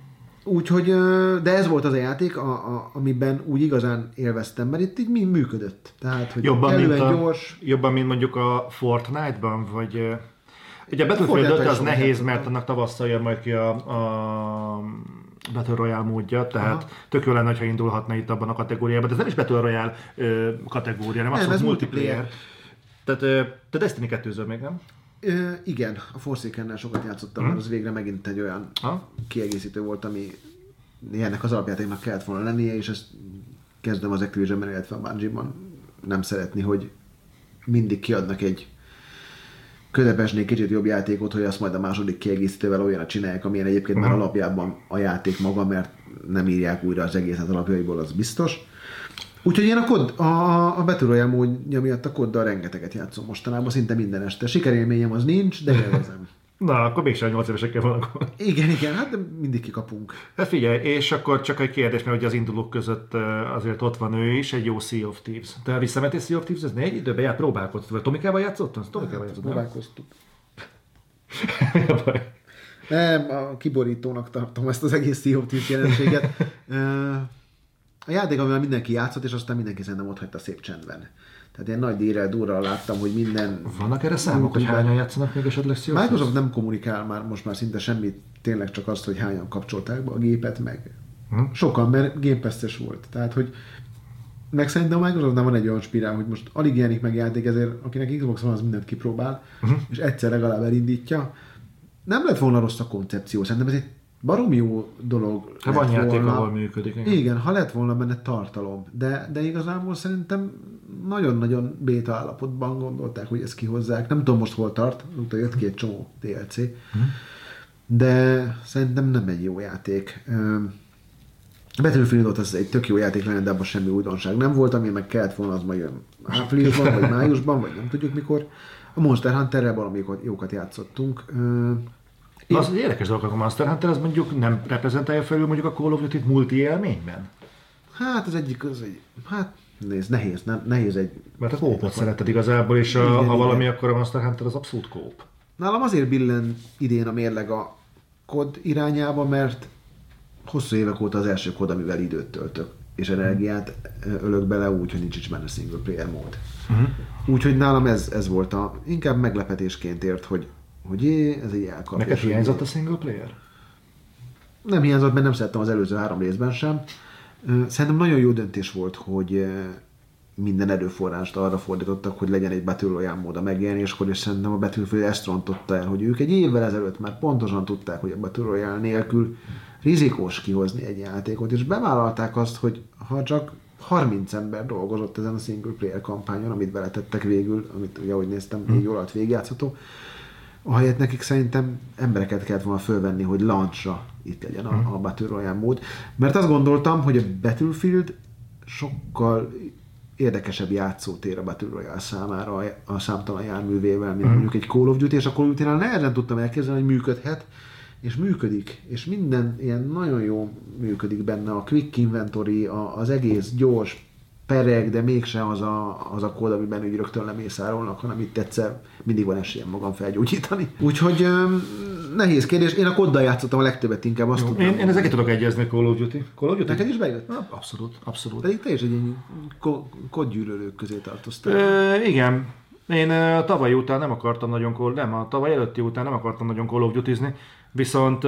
Úgyhogy, de ez volt az a játék, amiben úgy igazán élveztem, mert itt így mi működött. Tehát, hogy jobban, gyors. Jobban, mint mondjuk a Fortnite-ban, vagy... Ugye a Battlefield 5 az nehéz, mert annak tavasszal jön majd ki a Battle Royale módja, tehát tök jó lenne, ha indulhatna itt abban a kategóriában. De ez nem is Battle Royale kategória, nem az multiplayer. Tehát te Destiny 2-zől még nem? Igen, a Forsakennel sokat játszottam, mert az végre megint egy olyan kiegészítő volt, ami ennek az alapjátéknak kellett volna lennie, és ezt kezdem az Activision-ben, illetve a Bungie-ban nem szeretni, hogy mindig kiadnak egy közepesnél kicsit jobb játékot, hogy azt majd a második kiegészítővel olyanat csinálják, amilyen egyébként már alapjában a játék maga, mert nem írják újra az egészet alapjaiból, az biztos. Úgyhogy én a Battle Royale módja miatt a koddal rengeteget játszom mostanában, szinte minden este. Sikerélményem az nincs, de élvezem. Na, akkor mégsem 8 évesekkel vannak. Igen, hát de mindig kikapunk. Hát figyelj, és akkor csak egy kérdés, mert ugye az indulók között azért ott van ő is, egy jó Sea of Thieves. Te visszamentél Sea of Thieves, ez egy időben próbálkoztál. Tomikával játszottam? Próbálkoztuk. Nem, a kiborítónak tartom ezt az egész Sea of Thieves jelenséget. A játék, amivel mindenki játszott, és aztán mindenki szerintem ott hagyta szép csendben. Tehát ilyen nagy dírrel, durral láttam, hogy minden... Vannak erre számok, hogy hányan játszanak még esetleg Sea of Thieves? Microsoft nem kommunikál most már szinte semmit, tényleg csak azt, hogy hányan kapcsolták be a gépet, meg sokan, mert Game Pass-es volt. Tehát, hogy meg szerintem a Microsoftnál van egy olyan spirál, hogy most alig jelenik meg játék, ezért akinek Xbox van, az mindent kipróbál, és egyszer legalább elindítja. Nem lett volna rossz a koncepció, szerintem ez egy baromi jó dolog. Hát van játék, ahol működik. Igen, ha lett volna benne tartalom, de igazából szerintem nagyon-nagyon béta állapotban gondolták, hogy ezt kihozzák. Nem tudom most hol tart, utána jött ki egy csomó DLC, de szerintem nem egy jó játék. A Battlefield az egy tök jó játék lenne, de abban semmi újdonság nem volt, ami meg kellett volna, az majd jön áprilisban, vagy májusban, vagy nem tudjuk mikor. A Monster Hunterrel valami jókat játszottunk. Na, az egy érdekes dolog, a Monster Hunter az mondjuk nem reprezentálja felül mondjuk a Call of Duty-t multi élményben? Hát hát nehéz egy... Mert a co-opot szereted igazából, és ha valami, akkor a Monster Hunter az abszolút co-op. Nálam azért billen idén a mérleg a COD irányába, mert hosszú évek óta az első COD, amivel időt töltök, és energiát ölök bele úgy, hogy nincs is benne single player mód. Úgyhogy nálam ez volt inkább meglepetésként ért, hogy ez egy elkap. Neked hiányzott a single player? Nem hiányzott, mert nem szerettem az előző 3 részben sem. Szerintem nagyon jó döntés volt, hogy minden erőforrást arra fordítottak, hogy legyen egy Battle Royale mód a megjelenéskor, és szerintem a Battlefield ezt rontotta el, hogy ők egy évvel ezelőtt már pontosan tudták, hogy a Battle Royale nélkül rizikós kihozni egy játékot, és bevállalták azt, hogy ha csak 30 ember dolgozott ezen a single player kampányon, amit beletettek végül, amit ugye ahogy néztem, 4 óra alatt végigjátszható, ahelyett nekik szerintem embereket kellett volna fölvenni, hogy launchra itt legyen a Battle Royale mód. Mert azt gondoltam, hogy a Battlefield sokkal érdekesebb játszótér a Battle Royale számára a számtalan járművével, mint mondjuk egy Call of Duty, és a Call of Duty-nál nehezen tudtam elképzelni, hogy működhet, és működik, és minden ilyen nagyon jó működik benne, a quick inventory, az egész gyors, pereg, de mégse az a kód, amiben úgy rögtön lemészárolnak, hanem itt egyszer mindig van esélyem magam felgyógyítani. Úgyhogy nehéz kérdés. Én a kóddal játszottam a legtöbbet, inkább azt tudtam. Én ezeket tudok egyezni, Call of Duty. Call of Duty? Neked is bejött? Abszolút. Pedig te is egy ilyen kódgyűlölők közé tartoztál. Igen. Én a tavaly után nem akartam nagyon a tavaly előtti után nem akartam nagyon Call of Duty-zni, viszont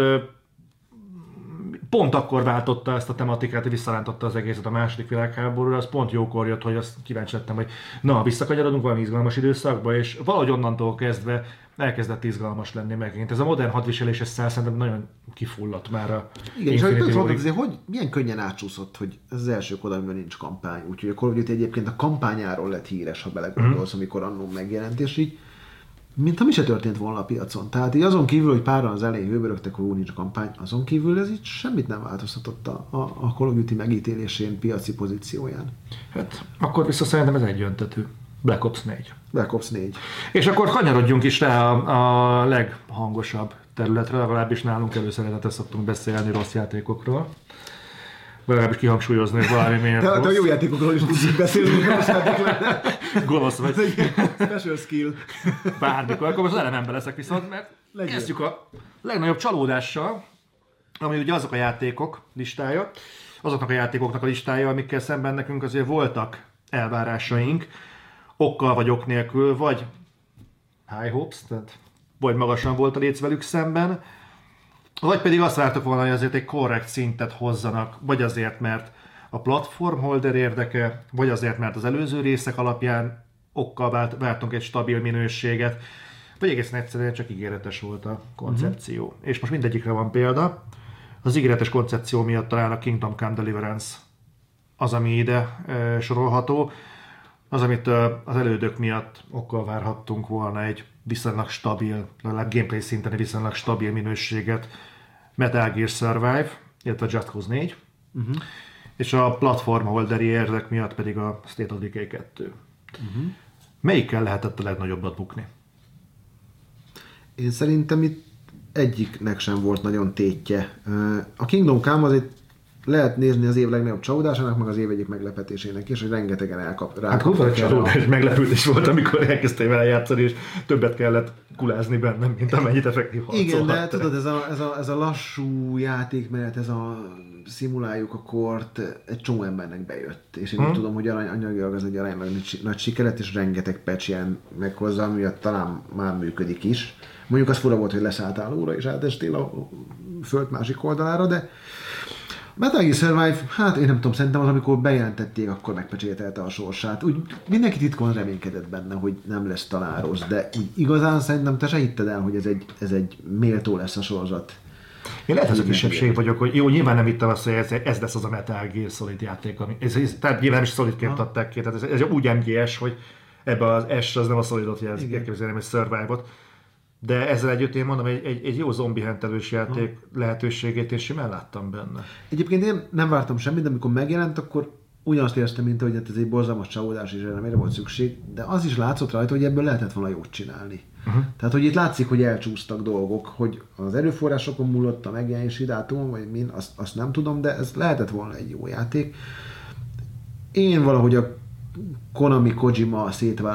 pont akkor váltotta ezt a tematikát, hogy visszarántotta az egészet a második világháborúra, az pont jókor jött, hogy azt kíváncsi lettem, hogy na, visszakanyarodunk valami izgalmas időszakba, és valahogy onnantól kezdve elkezdett izgalmas lenni megint. Ez a modern hadviseléses szál szerintem nagyon kifulladt már a igen, és ahogy tudod, azért, hogy milyen könnyen átsúszott, hogy ez az első kód, amiben nincs kampány. Úgyhogy a Call of Duty egyébként a kampányáról lett híres, ha belegondolsz, amikor annó megjelent, és így mintha mi se történt volna a piacon. Tehát így azon kívül, hogy páran az elején hőbörögtek, hogy nincs kampány, azon kívül ez így semmit nem változtatott a Call of Duty megítélésén, piaci pozícióján. Hát akkor vissza szerintem ez egyöntetű. Black Ops 4. Black Ops 4. És akkor kanyarodjunk is rá a leghangosabb területre, legalábbis nálunk előszeretettel szoktunk beszélni rossz játékokról. Legalábbis kihangsúlyozni, hogy valami miért rossz. De a jó játékokról is tudjuk beszélni, hogy rossz játék lenne. Gonosz vagy. Special skill. Bármikor, akkor most ellenembe leszek viszont, mert kezdjük a legnagyobb csalódással. ami ugye azok a játékok listája, azoknak a játékoknak a listája, amikkel szemben nekünk azért voltak elvárásaink, okkal vagy ok nélkül, vagy high hopes, tehát vagy magasan volt a léc velük szemben, vagy pedig azt vártok volna, hogy azért egy korrekt szintet hozzanak, vagy azért, mert a platform holder érdeke, vagy azért, mert az előző részek alapján okkal vártunk egy stabil minőséget, vagy egészen egyszerűen csak ígéretes volt a koncepció. És most mindegyikre van példa. Az ígéretes koncepció miatt talán a Kingdom Come Deliverance az, ami ide sorolható. Az, amit az elődök miatt okkal várhattunk volna egy viszonylag stabil, legalább gameplay szinten egy viszonylag stabil minőséget, Metal Gear Survive, illetve Just Cause 4, és a platform holderi érdek miatt pedig a State of Decay 2. Melyikkel lehetett a legnagyobbat bukni? Én szerintem itt egyiknek sem volt nagyon tétje. A Kingdom Come azért lehet nézni az év legnagyobb csalódásának, meg az év egyik meglepetésének is, hogy rengetegen rákaptak. Hát kurva csalódás, meglepődés volt, amikor elkezdtél vele játszani, és többet kellett kulázni bennem, mint amennyit effektív harcolhattál. Igen, de tudod, ez a lassú játékmenet, ez a szimuláljuk a kort, egy csomó embernek bejött. És én úgy tudom, hogy anyagilag az egy aránylag nagy sikeret, és rengeteg patch ilyen meg hozzá, ami talán már működik is. Mondjuk az fura volt, hogy leszálltál óra, és átestél a föld másik oldalára, de Metal Gear Survive, hát én nem tudom, szerintem az, amikor bejelentették, akkor megpecsételte a sorsát. Úgy mindenki titkon reménykedett benne, hogy nem lesz talán rossz, de úgy igazán szerintem te se hitted el, hogy ez egy méltó lesz a sorozat. Én lehet, hogy a kisebbség vagyok, hogy jó, nyilván nem hittem azt, hogy ez lesz az a Metal Gear Solid játék, ami, tehát nyilván is Solidként adták ki, tehát ez úgy MGS, hogy ebben az S az nem a Solidot jelzik, elképzelem, egy Survive-ot. De ezzel együtt én mondom, egy jó zombi hentelős játék lehetőségét én simán láttam benne. Egyébként én nem vártam semmit, de amikor megjelent, akkor ugyanazt éreztem, mint hogy ez egy borzalmas csalódás, és erre mire volt szükség, de az is látszott rajta, hogy ebből lehetett volna jót csinálni. Tehát, hogy itt látszik, hogy elcsúsztak dolgok, hogy az erőforrásokon múlott a megjelenési dátumon, vagy min, azt nem tudom, de ez lehetett volna egy jó játék. Én valahogy a Konami-Kojima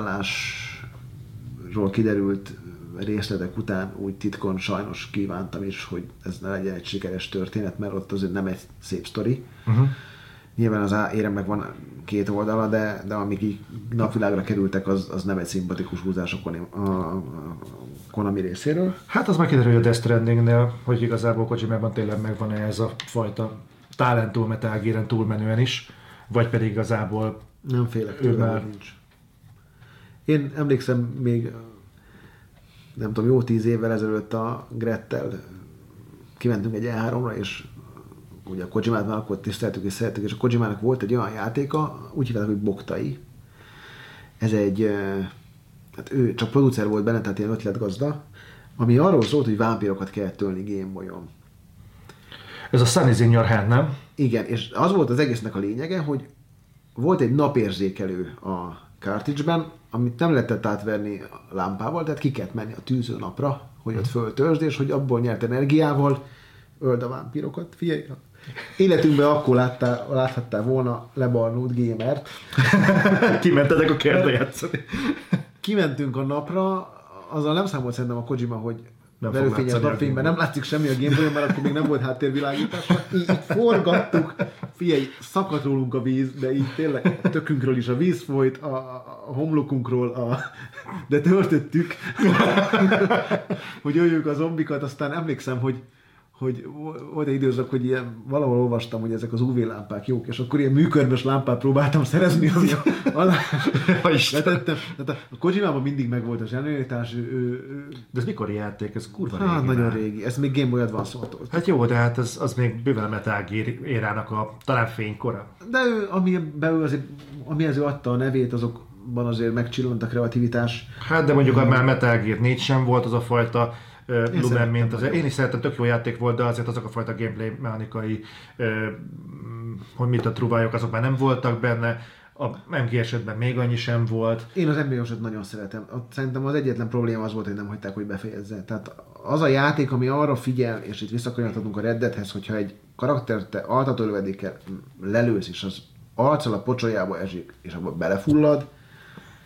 szétválásról kiderült részletek után úgy titkon sajnos kívántam is, hogy ez ne legyen egy sikeres történet, mert ott azért nem egy szép sztori. Nyilván az éremnek van két oldala, de amik így napvilágra kerültek, az nem egy szimpatikus húzás a Konami részéről. Hát az már kiderül a Death Strandingnél, hogy igazából Kojimában tényleg megvan ez a fajta talentum Metal Gearen túlmenően is, vagy pedig igazából nem félek tőle, hogy nincs. Én emlékszem még nem tudom, jó 10 évvel ezelőtt a Grettel kimentünk egy E3-ra, és ugye a Kojimát már akkor tiszteltük és szerettük, és a Kojimának volt egy olyan játéka, úgy hívták, hogy Boktai. Ez egy, hát ő csak producer volt benne, tehát ilyen ötletgazda, ami arról szólt, hogy vámpírokat kell tölni Game Boy-on. Ez a Sun is in your hand, nem? Igen, és az volt az egésznek a lényege, hogy volt egy napérzékelő a cartridge-ben, amit nem lehetett átverni a lámpával, tehát ki kellett menni a tűző napra, hogy ott föltöltsd, és hogy abból nyert energiával öld a vámpírokat. Figyelj, életünkben akkor láthattál volna lebarnult gamert. Kimentetek a kertbe játszani. Kimentünk a napra, azzal nem számolt szerintem a Kojima, hogy verőfényes napfényben nem látszik semmi a Game Boy-on, mert akkor még nem volt háttérvilágítás. Így forgattuk, figyelj, szakadt rólunk a víz, de így tényleg tökünkről is a víz folyt, a homlokunkról, de töltöttük, hogy öljük a zombikat, aztán emlékszem, hogy volt egy időszak, hogy ilyen, valahol olvastam, hogy ezek az UV lámpák jók, és akkor ilyen működős lámpát próbáltam szerezni, ami alá letettem. Tehát a Kojimában mindig megvolt a zsenialitás. De ez mikor játék? Ez kurva régi. Hát nagyon régi. Ez még Game Boy Advance volt. Hát jó, de hát az még bőven Metal Gear érának a talán fénykora. De ő, amihez ő adta a nevét, azokban azért megcsillant a kreativitás. Hát de mondjuk már Metal Gear 4 sem volt az a fajta lumen, mint az. Én is szeretem, tök jó játék volt, de azért azok a fajta gameplay mechanikai, hogy mit a truvajok, azok már nem voltak benne. A MG esetben még annyi sem volt. Én az MGO-sot nagyon szeretem. Szerintem az egyetlen probléma az volt, hogy nem hagyták, hogy befejezze. Tehát az a játék, ami arra figyel, és itt visszakanyarhatunk a Red Deadhez, hogyha egy karaktert te altatőlövedékkel lelősz, és az arccal a pocsolyába esik, és abba belefullad,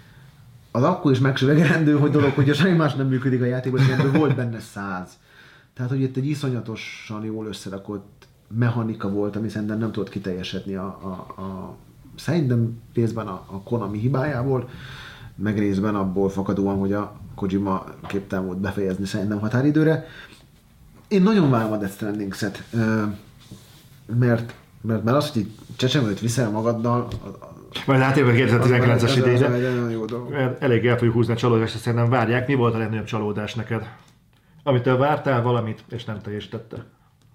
az akkor is megsüvegelendő, hogy dolog, hogyha semmi más nem működik a játékban, és ebből volt benne 100. Tehát, hogy itt egy iszonyatosan jól összerakott mechanika volt, ami szerintem nem tudott kiteljesedni szerintem részben a Konami hibájából, meg részben abból fakadóan, hogy a Kojima képtelen volt befejezni szerintem határidőre. Én nagyon várom a Death Stranding-et, mert az, hogy csecsemőt viszel magaddal... Majd átérve a 2019-es idényre. Elég el fogjuk húzni a csalódást, szerintem várják. Mi volt a legnagyobb csalódás neked? Amitől vártál valamit, és nem teljesítette?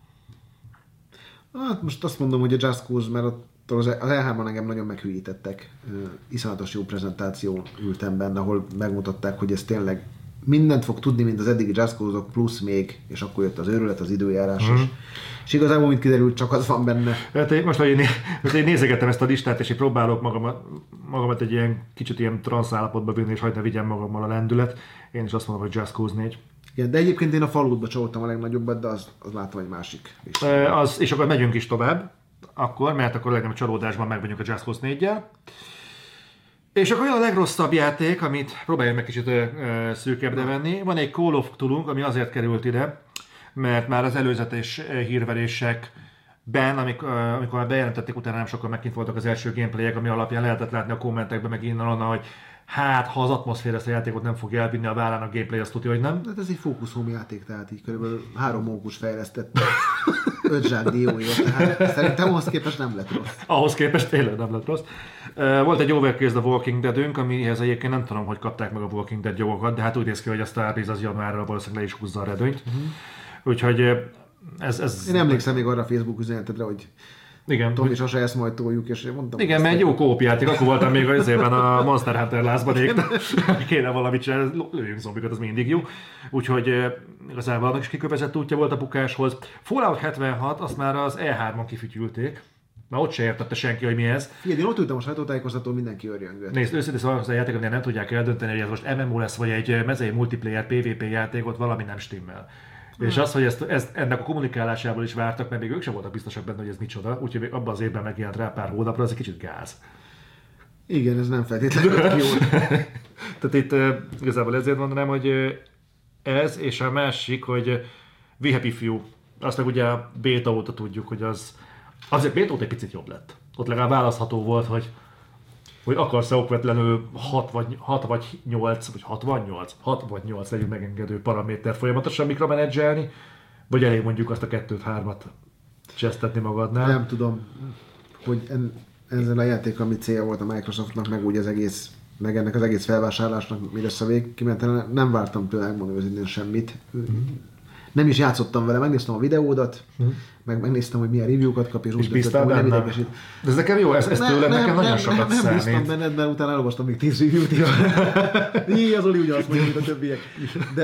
Hát most azt mondom, hogy a Just Cause, mert az E3-ban engem nagyon meghűítettek. Iszonyatos jó prezentáció ültem benne, ahol megmutatták, hogy ez tényleg mindent fog tudni, mint az eddigi Just Cause-ok, plusz még, és akkor jött az őrület, az időjárás is. És igazából, mint kiderült, csak az van benne. Hát most, hogy én nézegettem ezt a listát, és én próbálok magamat egy ilyen kicsit ilyen transz állapotba vinni, és hagyna vigyem magammal a lendület. Én is azt mondom, hogy Just Cause 4. Igen, de egyébként én a Falloutba csalódtam a legnagyobbat, de az látom egy másik. És akkor megyünk is tovább, mert akkor a legnagyobb csalódásban megvegyünk a Just Cause 4-jel. És akkor jön a legrosszabb játék, amit próbáljunk meg kicsit szűkebbre venni. Van egy Call of Cthulhu, ami azért került ide, mert már az előzetes hírverésekben, amikor bejelentették, utána nem sokkal megint voltak az első gameplayek, ami alapján lehetett látni a kommentekben, meg innen-onnan, hogy hát, ha az atmoszféra ezt a játékot nem fogja elvinni a vállán a gameplay, azt tudja, hogy nem. De ez egy Focus Home játék, tehát így körülbelül 3 mókus fejlesztett 5 zsák dióért, tehát szerintem ahhoz képest nem lett rossz. Ahhoz képest tényleg nem lett rossz. Volt egy Overkilled The Walking Dead-ünk, amihez egyébként nem tudom, hogy kapták meg a Walking Dead jogokat, de hát úgy néz ki, hogy a Starbreeze az januárra valószínűleg le is húzza a redőnyt. Úgyhogy ez... Én emlékszem még arra a Facebook üzenetedre, hogy igen, Tom és Asa, ezt majd toljuk, és mondtam... Igen, mert egy jó kópjáték, akkor voltam még az évben a Monster Hunter lázban égte. Kéne valamit csinálni, lőjünk zombikat, az mindig jó. Úgyhogy igazából annak is kikövezett útja volt a bukáshoz. Fallout 76, azt már az E3-on kifütyülték. Már ott se értette senki, hogy mi ez. Figyelj, én ott ültem a sajtótájékoztatón, mindenki örjöngött. Nézd, őszintén szóval az a játék, aminél nem tudják eldönteni, hogy ez most MMO lesz, vagy egy mezei multiplayer PvP játék, ott valami nem stimmel. És az, hogy ennek a kommunikálásából is vártak, mert még ők sem voltak biztosak benne, hogy ez micsoda, úgyhogy abban az évben megjelent rá pár hónapra, az egy kicsit gáz. Igen, ez nem feltétlenül jó. Tehát itt igazából ezért mondanám, hogy ez, és a másik, hogy We Happy Few. Azt meg ugye a beta óta tudjuk, hogy azért beta óta egy picit jobb lett. Ott legalább választható volt, hogy akarsz-e okvetlenül 6 vagy 8, vagy 6 vagy 8 legyünk megengedő paramétert folyamatosan mikromenedzselni, vagy elég mondjuk azt a 2-3-at csesztetni magadnál. Nem tudom, hogy ezzel a játék, ami célja volt a Microsoftnak, meg úgy az egész, meg ennek az egész felvásárlásnak mi lesz a végkimenetele, nem vártam tőle megmondani őszintén semmit. Nem is játszottam vele, megnéztem a videódat, meg megnéztem, hogy milyen review-kat kap, és úgy bíztál benne? De ez nekem jó, ez tőled nekem nagyon sokat számít. Nem bíztam benned, mert utána elolvastam még 10 review-t. Így az Oli ugyanazt mondja, mint a többiek. De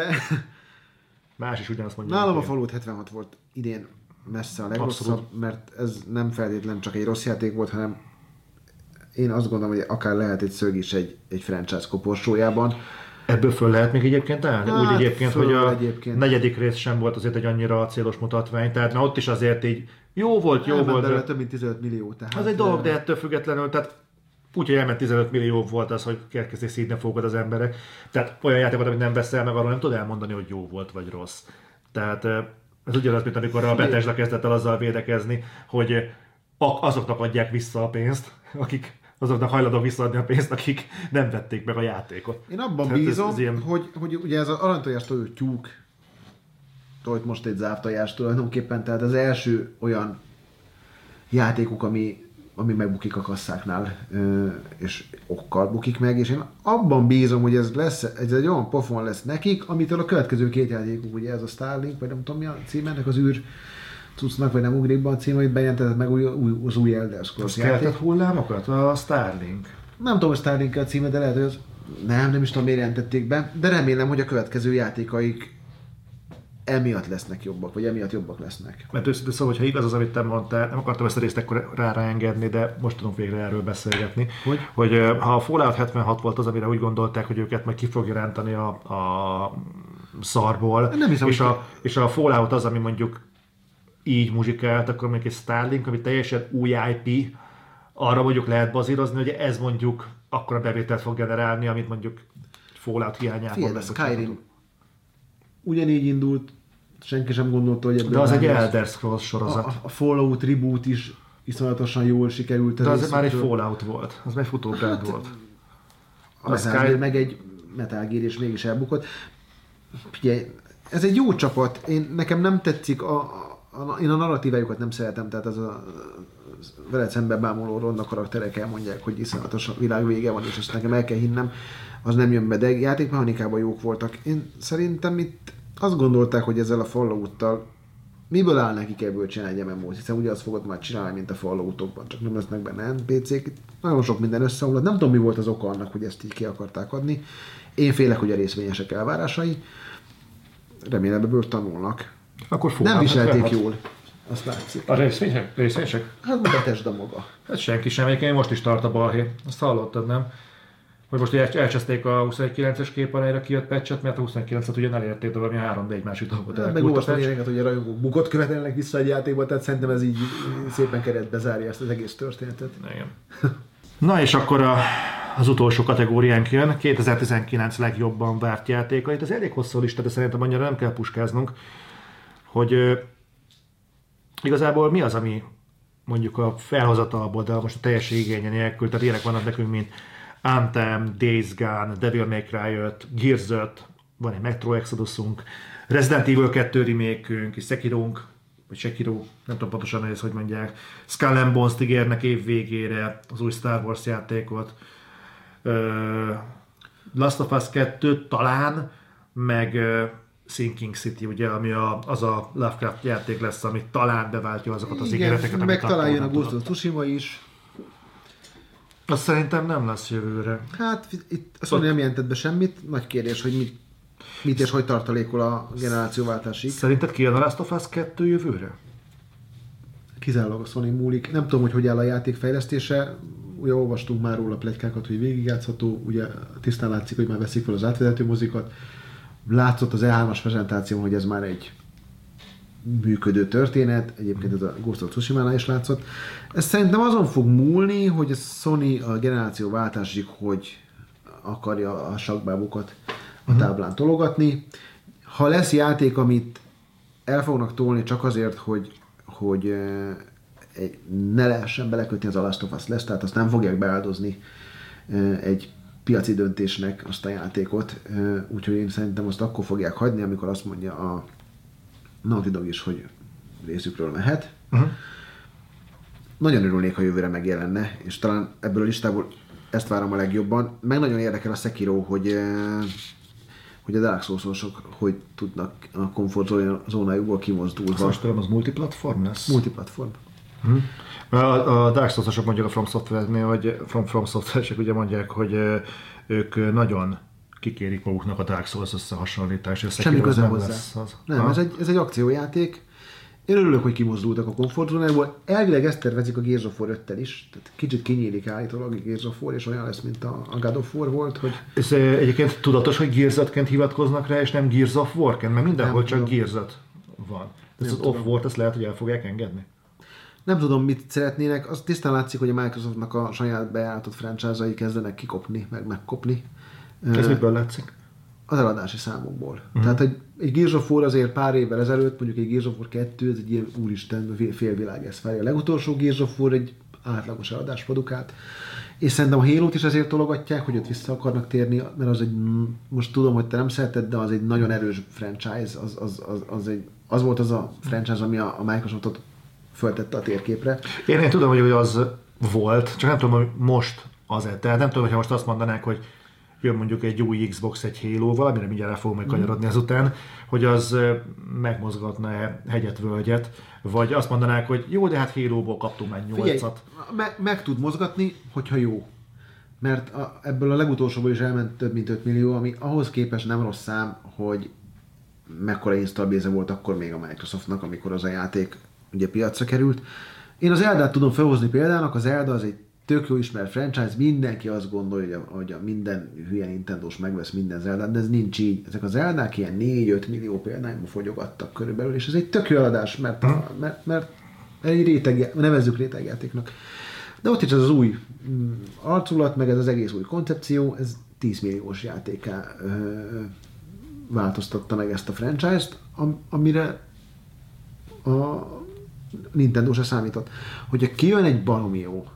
más is ugyanazt mondja. Nálam a Fallout 76 volt idén messze a legrosszabb, abszolút. Mert ez nem feltétlen csak egy rossz játék volt, hanem én azt gondolom, hogy akár lehet egy szög is egy franchise koporsójában. Ebből föl lehet még egyébként állni? Hát, úgy egyébként, hogy a negyedik rész sem volt azért egy annyira célos mutatvány, tehát na ott is azért így jó volt. De több mint 15 millió. Tehát az egy dolog, de ettől függetlenül, tehát úgy, hogy elment 15 millió volt az, hogy elkezdték szídni a fogat az emberek. Tehát olyan játékot, amit nem veszel meg, arról nem tudod elmondani, hogy jó volt vagy rossz. Tehát ez ugyanaz, mint amikor a Bethesda kezdett el azzal védekezni, hogy azoknak adják vissza a pénzt, akik azoknak hajlandók visszaadni a pénzt, akik nem vették meg a játékot. Én abban bízom, ez ilyen... hogy ugye ez az aranytojás tojó tyúk, tolt most egy závtojás tulajdonképpen, tehát az első olyan játékuk, ami megbukik a kasszáknál, és okkal bukik meg, és én abban bízom, hogy ez egy olyan pofon lesz nekik, amitől a következő 2 játékuk, ugye ez a Starlink, vagy nem tudom mi a cím ennek az űr cuccnak, vagy nem ugrik be a cím, amit bejelentetett meg az új Elder Scrolls játék. Keltett hullámokat? A Starlink? Nem tudom, hogy Starlink a címe, de lehet, hogy az... Nem is tudom, miért jelentették be, de remélem, hogy a következő játékaik emiatt lesznek jobbak, vagy emiatt jobbak lesznek. Mert őszintén szóval, hogyha igaz az, amit te mondtál, nem akartam ezt a részt ekkor ráengedni, de most tudunk végre erről beszélgetni. Hogy ha a Fallout 76 volt az, amire úgy gondolták, hogy őket majd ki fogja rántani a szarból, és a Fallout az, ami mondjuk így muzsikált, akkor mondjuk egy Starlink, ami teljesen új IP, arra mondjuk lehet bazírozni, hogy ez mondjuk akkora bevételt fog generálni, amit mondjuk Fallout hiányában lesz. Skyrim ugyanígy indult, senki sem gondolta, hogy ebből... De az egy Elder Scrolls sorozat. A Fallout Reboot is iszonyatosan jól sikerült. De az már egy Fallout volt, az meg futó brand volt. A Metal Gear meg egy Metal Gear, és mégis elbukott. Figyelj, ez egy jó csapat, nekem nem tetszik, én a narratívájukat nem szeretem, tehát az a veled szemben bámuló ronda karakterek elmondják, hogy iszonyatos a világ vége van, és ezt nekem el kell hinnem, az nem jön be, de játékmechanikában jók voltak. Én szerintem itt azt gondolták, hogy ezzel a Fallout-tal miből áll nekik ebből csinálni egy MMO-t, hiszen ugye azt fogod már csinálni, mint a Fallout-okban, csak nem lesznek benne NPC-k. Nagyon sok minden összeomlott. Nem tudom, mi volt az oka annak, hogy ezt így ki akarták adni. Én félek, hogy a részvényesek elvárásai. Remélem, ebből tanulnak. Akkor nem viselték jól. Azt látszik. A részvényesek? Hát mutatásd a maga. Hát senki sem. Egyébként most is tart a balhé. Azt hallottad, nem? Hogy most elcseszték a 21.9-es képarányra kijött patchet, mert a 29-et ugyan elérték, de valami 3-4 másik dolgot elkult. Meg olvastam ilyeneket, hogy a rajongók bukot követelnek vissza egy játékba, tehát szerintem ez így szépen keretbe zárja ezt az egész történetet. Igen. Na és akkor az utolsó kategóriánk jön, 2019 legjobban várt játékait. Ez elég hosszú lista, de szerintem annyira nem kell puskáznunk, hogy igazából mi az, ami mondjuk a felhozatalból, de most a teljes igénye nélkül, tehát ilyenek vannak nekünk, mint Anthem, Days Gone, Devil May Cry 5, Gears 5, van egy Metro Exodusunk, Resident Evil 2 remake-ünk, és Sekirunk, vagy Sekiro, nem tudom pontosan, hogy ezt hogy mondják, Skull and Bones-t ígérnek év végére, az új Star Wars játékot, Last of Us 2 talán, meg Sinking City, ugye, ami az a Lovecraft játék lesz, ami talán beváltja azokat az ígéreteket, amit meg talán jön a Ghost of Tsushima is. Azt szerintem nem lesz jövőre. Hát itt azt mondja, nem jelentett be semmit. Nagy kérdés, hogy mit és hogy tartalékol a generációváltásig. Szerinted kijön a Last of Us 2 jövőre? Kizárólag a Sony múlik. Nem tudom, hogy áll a játék fejlesztése. Ugye olvastunk már róla pletykákat, hogy végigjátszható. Ugye tisztán látszik, hogy már veszik fel az átvezető mozikat. Látszott az E3-as prezentáción, hogy ez már egy működő történet, egyébként ez a Ghost of Tsushima-nál is látszott. Ez szerintem azon fog múlni, hogy a Sony a generációváltásig hogy akarja a sakkbábukat a táblán tologatni. Ha lesz játék, amit el fognak tolni csak azért, hogy ne lehessen belekötni, az a Last of Us lesz, tehát azt nem fogják beáldozni egy piaci döntésnek azt a játékot, úgyhogy én szerintem azt akkor fogják hagyni, amikor azt mondja a Naughty Dog is, hogy részükről mehet. Nagyon örülnék, ha jövőre megjelenne, és talán ebből a listából ezt várom a legjobban. Meg nagyon érdekel a Sekiro, hogy a Dark Souls-osok hogy tudnak a komfortzónájukból kimozdulva. Most tudom, az multiplatform lesz? Multiplatform. A Dark Souls-osok mondják a From Software-nél, hogy From Software-esek ugye mondják, hogy ők nagyon kikérik maguknak a Dark Souls összehasonlítást. Semmi köze hozzá. Nem, ez egy akciójáték. Én örülök, hogy kimozdultak a komfortzónából. Elvileg ezt tervezik a Gears of War 5-tel is. Tehát kicsit kinyílik állítólag a Gears of War, és olyan lesz, mint a God of War volt. Hogy... Ez egyébként tudatos, hogy Gears 5-ként hivatkoznak rá, és nem Gears of War-ként, mert mindenhol nem csak tudom. Gears 5 van. Ez az Off War-t, ezt lehet, hogy el fogják engedni? Nem tudom, mit szeretnének. Az tisztán látszik, hogy a Microsoftnak a saját bejáratott franchise-ai kezdenek kikopni, meg megkopni. Ez miből látszik? Az eladási számokból. Tehát egy Gears of War azért pár évvel ezelőtt, mondjuk egy Gears of War 2, ez egy ilyen úristen félvilág ezt várja. A legutolsó Gears of War egy átlagos eladás produkált. És szerintem a Halo-t is azért tologatják, hogy ott vissza akarnak térni, mert az egy, most tudom, hogy te nem szereted, de az egy nagyon erős franchise. Az volt az a franchise, ami a Microsoftot föltette a térképre. Én tudom, hogy az volt, csak nem tudom, hogy most az-e. Tehát nem tudom, hogyha most azt mondanák, hogy jön mondjuk egy új Xbox egy Halo-val, amire mindjárt el fogom kanyarodni ezután, hogy az megmozgatna-e hegyet-völgyet, vagy azt mondanák, hogy jó, de hát Halo-ból kaptunk már 8-at. Meg tud mozgatni, hogyha jó. Mert ebből a legutolsóból is elment több mint 5 millió, ami ahhoz képest nem rossz szám, hogy mekkora install base volt akkor még a Microsoftnak, amikor az a játék ugye piacra került. Én az Eldát tudom felhozni példának, az Elda az egy tök jó ismert franchise, mindenki azt gondolja, hogy a minden hülye Nintendo-s megvesz minden Zeldát, de ez nincs így. Ezek az Zeldák ilyen 4-5 millió példányban fogyogattak körülbelül, és ez egy tök jó eladás, mert egy nevezzük rétegjátéknak. De ott is ez az új arculat, meg ez az egész új koncepció, ez 10 milliós játéká változtatta meg ezt a franchise-t, amire a Nintendo se számított. Hogyha kijön egy baromi jó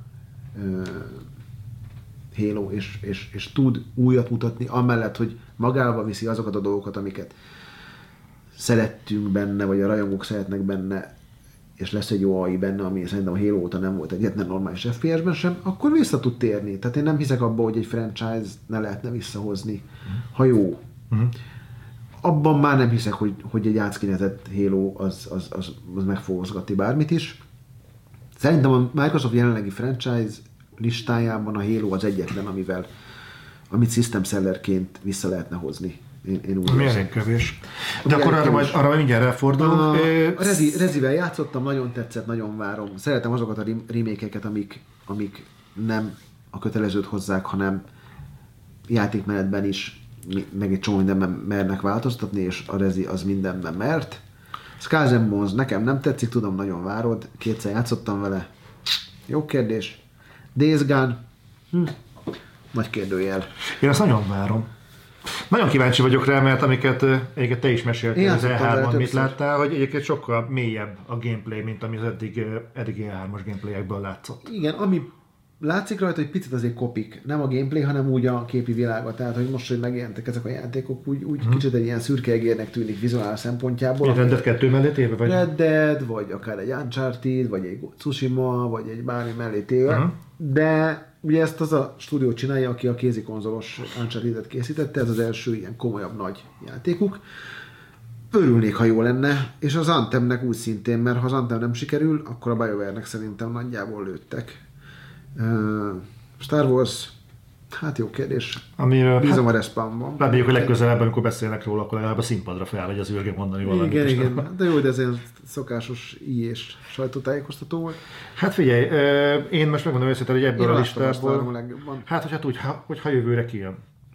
Halo, és tud újat mutatni, amellett, hogy magával viszi azokat a dolgokat, amiket szerettünk benne, vagy a rajongók szeretnek benne, és lesz egy jó AI benne, ami szerintem a Halo óta nem volt egyetlen normális FPS-ben sem, akkor vissza tud térni. Tehát én nem hiszek abba, hogy egy franchise ne lehetne visszahozni, ha jó. Abban már nem hiszek, hogy egy átszkinezett Halo az megfogozgatni bármit is. Szerintem a Microsoft jelenlegi franchise listájában a Halo az egyetlen, amit system sellerként vissza lehetne hozni. Én úgy milyen kevés. De akkor arra majd mindjárt elfordulunk. A Rezivel játszottam, nagyon tetszett, nagyon várom. Szeretem azokat a remake-eket, amik nem a kötelezőt hozzák, hanem játékmenetben is meg egy csomó mindenben mernek változtatni, és a Rezi az mindenben mert. Skulls and Bones nekem nem tetszik, tudom, nagyon várod. 2-szer játszottam vele. Jó kérdés. Days Gone. Nagy kérdőjel. Én azt nagyon várom. Nagyon kíváncsi vagyok rá, mert amiket te is meséltél az E3-on, mit láttál, hogy egyébként sokkal mélyebb a gameplay, mint ami az eddig E3-as gameplayekből látszott. Igen, ami látszik rajta, hogy picit azért kopik. Nem a gameplay, hanem úgy a képi világa. Tehát, hogy most, hogy megjelentek ezek a játékok, úgy kicsit egy ilyen szürke egérnek tűnik vizuál szempontjából. Egy Red Dead 2 mellé téve? Vagy? Red Dead, vagy akár egy Uncharted, vagy egy Tsushima, vagy egy bármi mellé téve. De ugye ezt az a stúdió csinálja, aki a kézikonzolos Uncharted-et készítette, ez az első ilyen komolyabb nagy játékuk. Örülnék, ha jó lenne, és az Anthemnek úgy szintén, mert ha az Anthem nem sikerül, akkor a BioWare-nek szerintem nagyjából lőttek. Star Wars, hát jó kérdés. Bízom a Respawnban. Reméljük, hogy legközelebb, amikor beszélnek róla, akkor legalább a színpadra fel, hogy az űrgép mondani valamit. Igen. De jó, de ez egy szokásos és sajtótájékoztató volt. Hát figyelj, én most megmondom őszintén, hogy ebből a listából... Hát, hogyha jövőre kijön.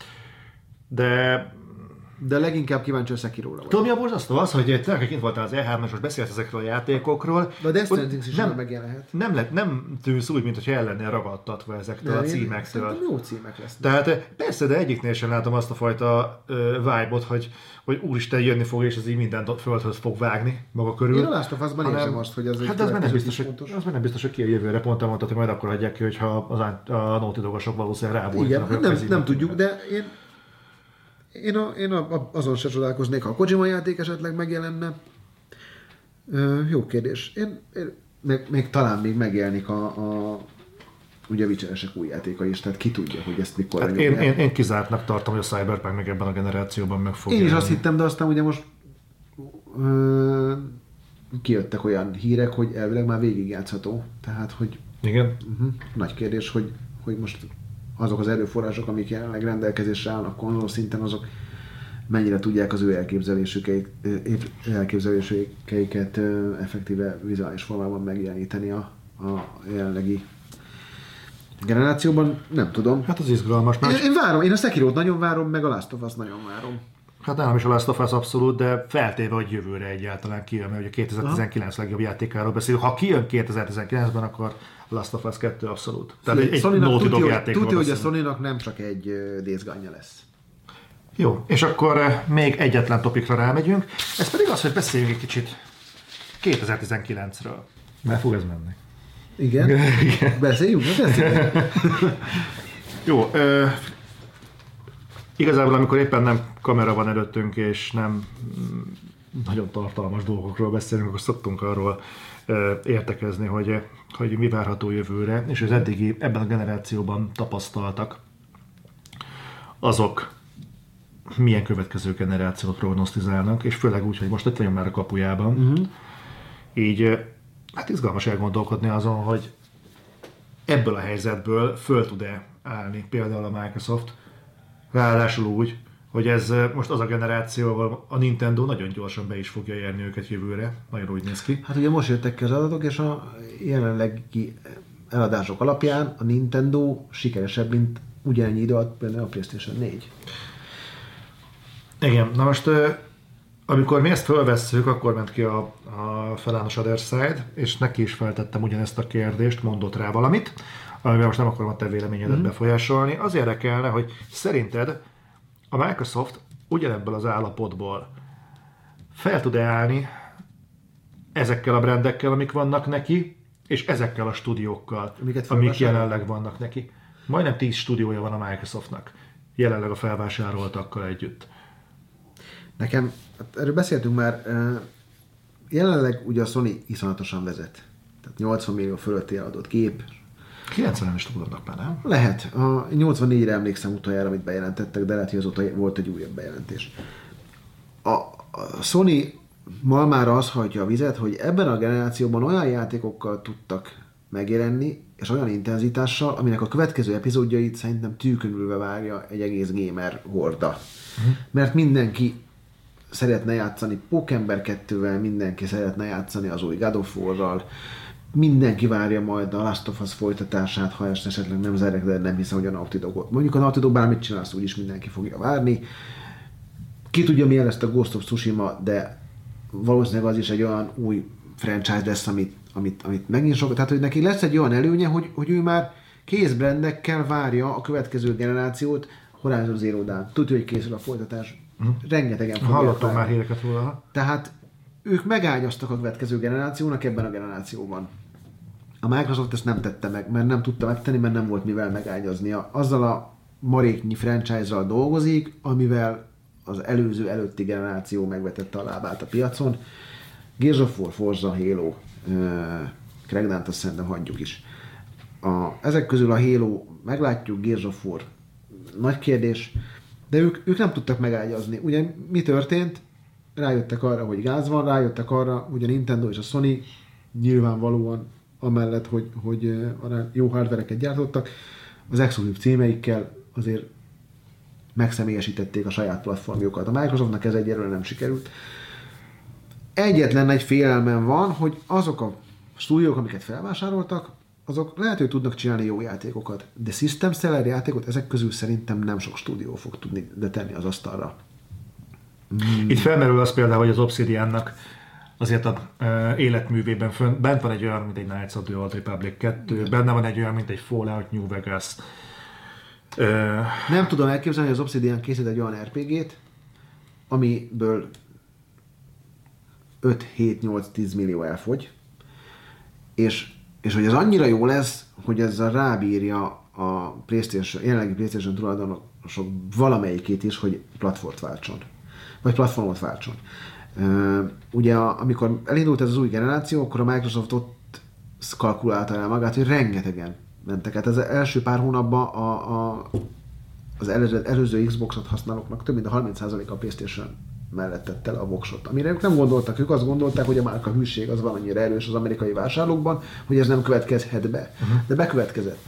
De leginkább kíváncsi a Sekiróra. Tudom, mi a borzasztó? Az, hogy te kint voltál az E3-on, és most beszélsz ezekről a játékokról. De a Death Stranding is megjelenhet. Nem tűnsz úgy, mintha el lennél ragadtatva ezektől a címektől. Szerintem jó címek lesznek. Tehát persze, de egyiknél sem látom azt a fajta vibe-ot, hogy úristen jönni fog, és ez így mindent földhöz fog vágni maga körül. Én a Last of Us-ban érzem azt, hogy az egy nem biztos, hogy ki a jövőre, pont mondtad, hogy majd akkor hagyják ki, hogyha a Naughty Dog-osok valószínűleg rábújtanak. Igen, nem tudjuk, de én azon se csodálkoznék, ha a Kojima játék esetleg megjelenne. Jó kérdés. Még talán megjelenik ugye a Witcher-esek új játéka is, tehát ki tudja, hogy ezt mikor... Hát én kizártnak tartom, hogy a Cyberpunk meg ebben a generációban meg fog jelenni. Én is azt hittem, de aztán ugye most kijöttek olyan hírek, hogy elvileg már végigjátszható. Tehát, hogy... Igen? Nagy kérdés, hogy most azok az erőforrások, amik jelenleg rendelkezésre állnak konzol szinten, azok mennyire tudják az ő elképzeléseiket effektíve vizuális formában megjeleníteni a jelenlegi generációban, nem tudom. Hát az izgalmas. Én várom, én a Sekirót nagyon várom, meg a Last of Us nagyon várom. Hát nálam is a Last of Us abszolút, de feltéve, hogy jövőre egyáltalán kijön, mert ugye 2019 legjobb játékáról beszélünk. Ha kijön 2019-ben, akkor Last of Us 2 abszolút. Tehát egy Naughty Dog játékról tudja, hogy a Sony-nak nem csak egy Days Gone-ja lesz. Jó, és akkor még egyetlen topikra rámegyünk. Ez pedig az, hogy beszéljünk egy kicsit 2019-ről. Mert fog ez menni. Igen? Beszéljünk? Jó, igazából amikor éppen nem kamera van előttünk, és nem nagyon tartalmas dolgokról beszélünk, akkor szoktunk arról értekezni, hogy mi várható jövőre, és az eddigi ebben a generációban tapasztaltak, azok milyen következő generációt prognosztizálnak, és főleg úgy, hogy most itt vagyunk már a kapujában. Így hát izgalmas elgondolkodni azon, hogy ebből a helyzetből föl tud-e állni például a Microsoft, ráadásul úgy, hogy ez most az a generáció, ahol a Nintendo nagyon gyorsan be is fogja érni őket jövőre. Nagyon úgy néz ki. Hát ugye most jöttek ki az adatok, és a jelenlegi eladások alapján a Nintendo sikeresebb, mint ugyanennyi idő alatt például a PlayStation 4. Igen, na most amikor mi ezt fölvesszük, akkor ment ki a Felános Other Side, és neki is feltettem ugyanezt a kérdést, mondott rá valamit, amivel most nem akarom a te véleményedet befolyásolni. Az érdekelne, hogy szerinted a Microsoft ugyanebből az állapotból fel tud állni ezekkel a brandekkel, amik vannak neki, és ezekkel a stúdiókkal, amik jelenleg vannak neki. Majdnem 10 stúdiója van a Microsoftnak, jelenleg a felvásároltakkal együtt. Nekem, erről beszéltünk már, jelenleg ugye a Sony iszonyatosan vezet. Tehát 80 millió fölötti eladott gép. 90-en is tudnak már, nem? Lehet. A 84-re emlékszem utoljára, amit bejelentettek, de lehet, hogy azóta volt egy újabb bejelentés. A Sony malmára az hagyja a vizet, hogy ebben a generációban olyan játékokkal tudtak megjelenni, és olyan intenzitással, aminek a következő epizódjait szerintem tűkönülve várja egy egész gamer horda. Mert mindenki szeretne játszani Pókember 2-vel, mindenki szeretne játszani az új God of War-ral, mindenki várja majd a Last of Us folytatását, ha ezt esetleg nem zárják, de nem hiszem, hogy a Naughty Dog, mondjuk a Naughty Dog bármit csinálsz, úgyis mindenki fogja várni. Ki tudja, milyen lesz a Ghost of Tsushima, de valószínűleg az is egy olyan új franchise lesz, amit megint sok, tehát hogy neki lesz egy olyan előnye, hogy ő már kézbrandekkel várja a következő generációt, Horizon Zero Dawn. Tudja, hogy készül a folytatás. Rengetegen fogják. Hallottam már híreket róla. Tehát ők megágyaztak a következő generációnak ebben a generációban. A Microsoft ezt nem tette meg, mert nem tudta megtenni, mert nem volt mivel megágyaznia. Azzal a maréknyi franchise-ral dolgozik, amivel az előtti generáció megvetette a lábát a piacon. Gears of War, Forza, Halo, Crackdown-t azt szerintem hagyjuk is. Ezek közül a Halo meglátjuk, Gears of War nagy kérdés, de ők nem tudtak megágyazni. Ugye mi történt? Rájöttek arra, hogy gáz van, rájöttek arra, hogy a Nintendo és a Sony nyilvánvalóan amellett, hogy jó hardvereket gyártottak, az exkluzív címeikkel azért megszemélyesítették a saját platformjukat. A Microsoftnak ez egyelőre nem sikerült. Egyetlen egy félelmem van, hogy azok a stúdiók, amiket felvásároltak, azok lehet, hogy tudnak csinálni jó játékokat, de system seller játékot ezek közül szerintem nem sok stúdió fog tudni tenni az asztalra. Itt felmerül az például, hogy az Obsidiannak azért a életművében bent van egy olyan, mint egy Knights of the Old Republic 2, benne van egy olyan, mint egy Fallout New Vegas. Nem tudom elképzelni, hogy az Obsidian készít egy olyan RPG-t, amiből 5-7-8-10 millió elfogy, és hogy ez annyira jó lesz, hogy ezzel rábírja a jelenlegi PlayStation tulajdonosok valamelyikét is, hogy platformot váltson. Ugye amikor elindult ez az új generáció, akkor a Microsoft ott kalkulálta el magát, hogy rengetegen mentek. Hát az első pár hónapban az előző Xbox-ot használóknak több mint a 30% a PlayStation mellett tette le a voksot. Amire ők nem gondoltak, ők azt gondolták, hogy a márka hűség az valannyira erős az amerikai vásárlókban, hogy ez nem következhet be. De bekövetkezett.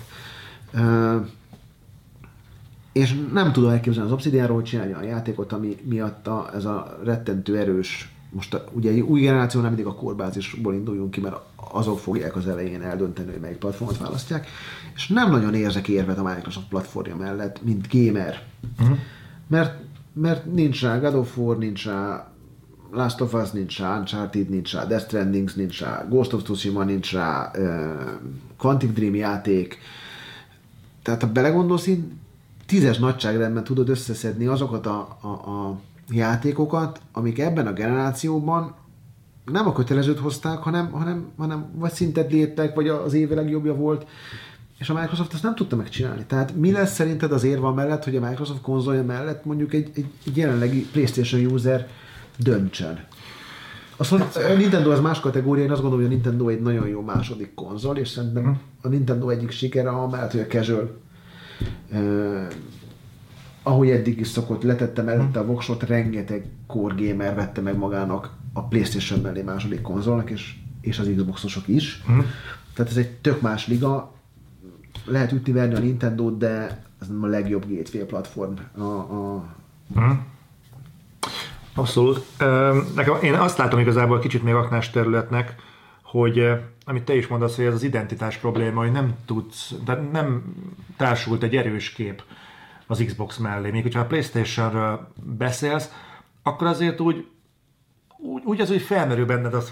És nem tudom elképzelni az Obsidianról, hogy csinálja a játékot, ami miatt ez a rettentő erős, most ugye egy új generációnál mindig a korbázisból induljunk ki, mert azok fogják az elején eldönteni, hogy melyik platformot választják, és nem nagyon érzek érvet a Microsoft platformja mellett, mint gamer. Mert nincs rá God of War, nincs rá Last of Us, nincs rá Uncharted, nincs rá Death Stranding, nincs rá Ghost of Tsushima, nincs rá Quantic Dream játék. Tehát ha belegondolsz, 10-es nagyságrendben tudod összeszedni azokat a játékokat, amik ebben a generációban nem a kötelezőt hozták, hanem vagy szintet léptek, vagy az év legjobbja volt, és a Microsoft ezt nem tudta megcsinálni. Tehát mi lesz szerinted az érva mellett, hogy a Microsoft konzolja mellett mondjuk egy jelenlegi PlayStation user döntsön? A Nintendo az más kategória, én azt gondolom, hogy a Nintendo egy nagyon jó második konzol, és szerintem a Nintendo egyik sikere amellett, hogy a casual ahogy eddig is szokott, letette mellette a voksot, rengeteg core gamer vette meg magának a PlayStation mellé második konzolnak, és az Xboxosok is. Tehát ez egy tök más liga. Lehet ütni-verni a Nintendo-t, de ez nem a legjobb gateway platform. Abszolút. Én azt látom igazából kicsit még aknás területnek, hogy amit te is mondasz, hogy ez az identitás probléma, hogy nem tudsz, de nem társult egy erős kép az Xbox mellé. Még hogyha a PlayStation-ről beszélsz, akkor azért úgy felmerül benned az,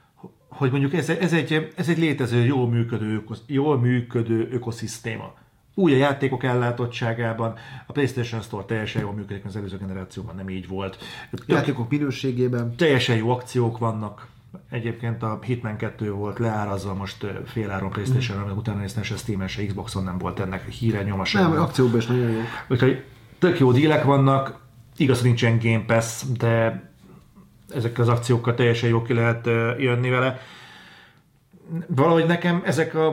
hogy mondjuk ez egy létező, jól működő ökoszisztéma. Új a játékok ellátottságában, a PlayStation Store teljesen jól működik, az előző generációban nem így volt. Játékok minőségében. Teljesen jó akciók vannak. Egyébként a Hitman 2 volt leárazva most féláron PlayStation-on, utána néztem, se Steam-en, se Xboxon nem volt ennek híre, nyoma sem. Nem, akcióban is nagyon jó. Úgyhogy tök jó dílek vannak, igaz, hogy nincsen Game Pass, de ezekkel az akciókkal teljesen jó ki lehet jönni vele. Valahogy nekem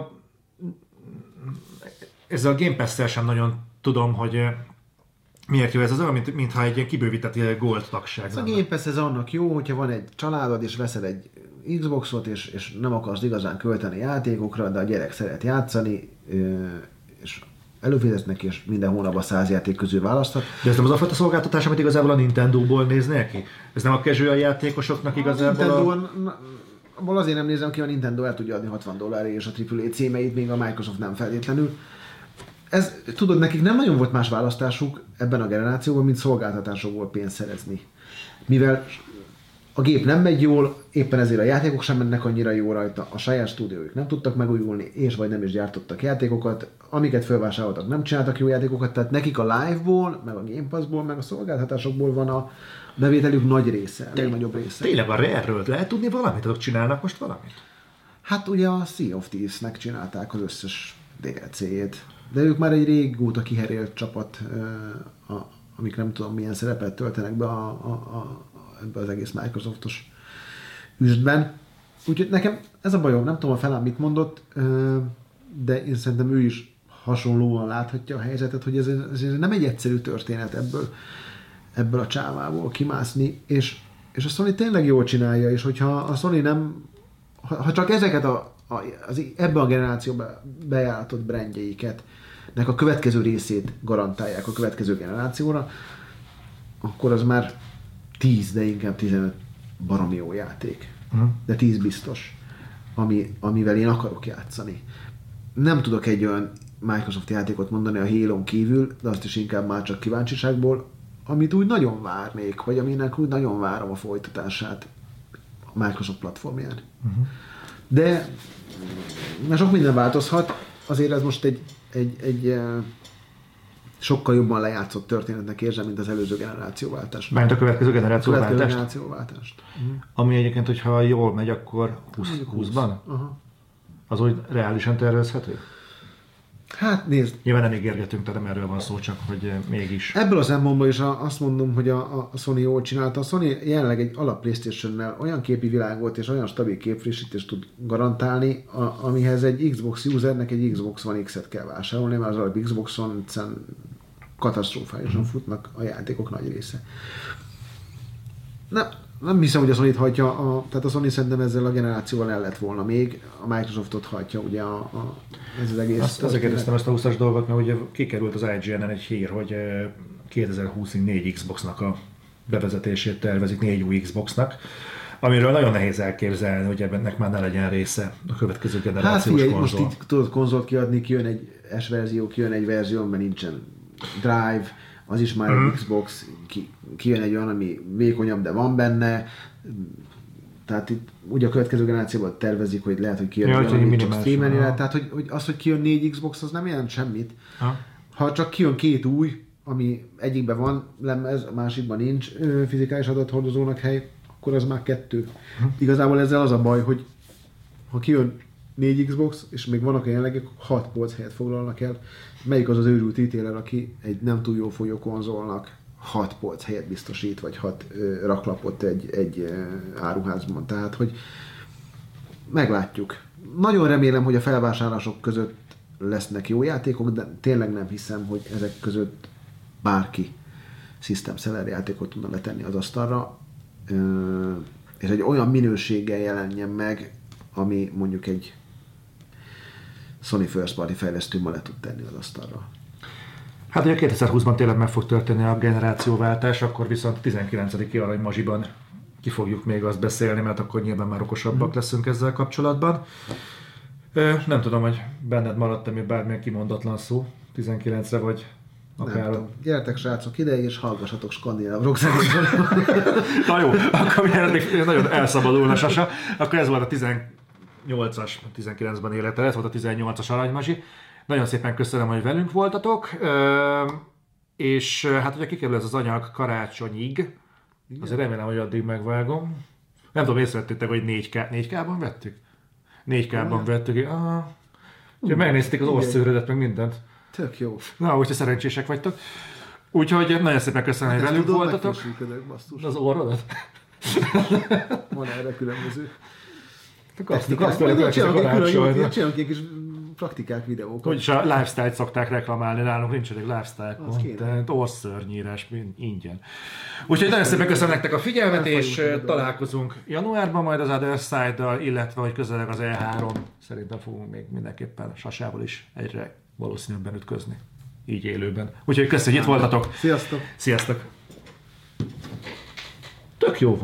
ezzel a Game Pass-szel sem nagyon tudom, hogy miért jó ez. Az olyan, mintha egy ilyen kibővített Gold tagság. Ez a Game Pass ez annak jó, hogyha van egy családod, és veszed egy Xboxot, és nem akarsz igazán költeni játékokra, de a gyerek szeret játszani, és előfizetnek, és minden hónapban 100 játék közül választhat. De ez nem az a fajta szolgáltatás, amit igazából a Nintendo-ból néznél ki? Ez nem a casual játékosoknak igazából Nintendo azért nem nézem ki, a Nintendo el tudja adni $60 és a AAA címeit, még a Microsoft nem feltétlenül. Tudod, nekik nem nagyon volt más választásuk ebben a generációban, mint szolgáltatásokból pénzt szerezni. Mivel a gép nem megy jól, éppen ezért a játékok sem mennek annyira jó rajta, a saját stúdiójuk nem tudtak megújulni, és vagy nem is gyártottak játékokat, amiket felvásároltak, nem csináltak jó játékokat, tehát nekik a live-ból, meg a Game Pass-ból, meg a szolgáltatásokból van a bevételük nagy része, a legnagyobb része. Tényleg a Rare-ről lehet tudni valamit? Azok csinálnak most valamit? Hát ugye a Sea of Thieves-nek csinálták az összes DLC-jét, de ők már egy régóta kiherélt csapat, amik nem tudom milyen szerepet töltenek be ebbe az egész Microsoftos üstben. Úgyhogy nekem ez a bajom, nem tudom a felám mit mondott, de én szerintem ő is hasonlóan láthatja a helyzetet, hogy ez nem egy egyszerű történet ebből a csávából kimászni, és a Sony tényleg jól csinálja, és hogyha a Sony nem, ha csak ezeket ebben a generációban bejáratott brandjeiket, nek a következő részét garantálják a következő generációra, akkor az már 10, de inkább 15 baromi jó játék. De 10 biztos, amivel én akarok játszani. Nem tudok egy olyan Microsoft játékot mondani a Halo-n kívül, de azt is inkább már csak kíváncsiságból, amit úgy nagyon várnék, vagy aminek úgy nagyon várom a folytatását a Microsoft platformján. De mert sok minden változhat, azért ez most egy sokkal jobban lejátszott történetnek érzem, mint az előző generációváltást. Mármint a következő generációváltást? Ami egyébként, hogyha jól megy, akkor 20-ban? Az úgy reálisan tervezhető? Hát nézd. Nyilván nem ígérgetünk, tehát nem erről van szó, csak hogy mégis. Ebből a szempontból is azt mondom, hogy a Sony jól csinálta. A Sony jelenleg egy alap PlayStation-nel olyan képi világot és olyan stabil képfrissítést tud garantálni, amihez egy Xbox usernek egy Xbox One X-et kell vásárolni, mert az alap Xboxon katasztrofálisan futnak a játékok nagy része. Nem hiszem, hogy a Sony-t hajtja, tehát a Sony szerintem ezzel a generációval el lett volna még, a Microsoftot hajtja ugye ez az egész. Azért kérdeztem ezt a 20-as dolgot, mert ugye kikerült az IGN-en egy hír, hogy 2020-ig 4 Xboxnak a bevezetését tervezik, 4 új Xboxnak, amiről nagyon nehéz elképzelni, hogy ennek már ne legyen része a következő generációs konzol. Most így tudod konzolt kiadni, kijön egy S verzió, kijön egy verzió, mert nincsen Drive, az is már egy Xbox, kijön egy olyan, ami vékonyabb, de van benne. Tehát itt ugye a következő generációban tervezik, hogy lehet, hogy kijön olyan, amit csak streamelni lehet. Tehát hogy az, hogy kijön 4 Xbox, az nem jelent semmit. Ha csak kijön 2 új, ami egyikben van lemez, a másikban nincs fizikális adathordozónak hely, akkor az már 2. Igazából ezzel az a baj, hogy ha kijön 4 Xbox, és még vannak a jelenlegek, 6 polc helyet foglalnak el. Melyik az az őrült retailer, aki egy nem túl jó folyó konzolnak 6 polc helyet biztosít, vagy 6 raklapot egy áruházban. Tehát, hogy meglátjuk. Nagyon remélem, hogy a felvásárlások között lesznek jó játékok, de tényleg nem hiszem, hogy ezek között bárki system seller játékot tudna letenni az asztalra, és egy olyan minőséggel jelenjen meg, ami mondjuk egy Sony First Party fejlesztő ma le tud tenni az asztalra. Hát ugye 2020-ban tényleg meg fog történni a generációváltás, akkor viszont 19. Aranymaziban ki fogjuk még azt beszélni, mert akkor nyilván már okosabbak leszünk ezzel kapcsolatban. Nem tudom, hogy benned maradt-e még bármilyen kimondatlan szó 19-re, vagy akár... Gyertek srácok ide, és hallgassatok skandináv rockzenét. Na jó, akkor még nagyon elszabadulna Sasa. Akkor ez volt a 18-as, 19-ben élete, ez volt a 18-as Aranymazi. Nagyon szépen köszönöm, hogy velünk voltatok, és hát ugye kikerül ez az anyag karácsonyig, azért remélem, hogy addig megvágom. Nem tudom, észrevettétek, hogy 4K-ban vettük? 4K-ban vettük. Úgyhogy megnézték az orszőrödet, meg mindent. Tök jó. Na, úgyhogy szerencsések vagytok. Úgyhogy nagyon szépen köszönöm, hogy velünk voltatok. Az orrodat? Van erre különböző. Csinálunk egy kis praktikák, videókat. Úgyis a lifestyle-t szokták reklamálni, nálunk nincsenek lifestyle-kon, orszörnyírás ingyen. Úgyhogy nagyon szépen köszönöm nektek a figyelmet, és találkozunk januárban majd az Other Side-dal, illetve hogy közeleg az E3. Szerintem fogunk még mindenképpen Sasával is egyre valószínűbben ütközni. Így élőben. Úgyhogy köszönjük, hogy itt voltatok. Sziasztok! Sziasztok!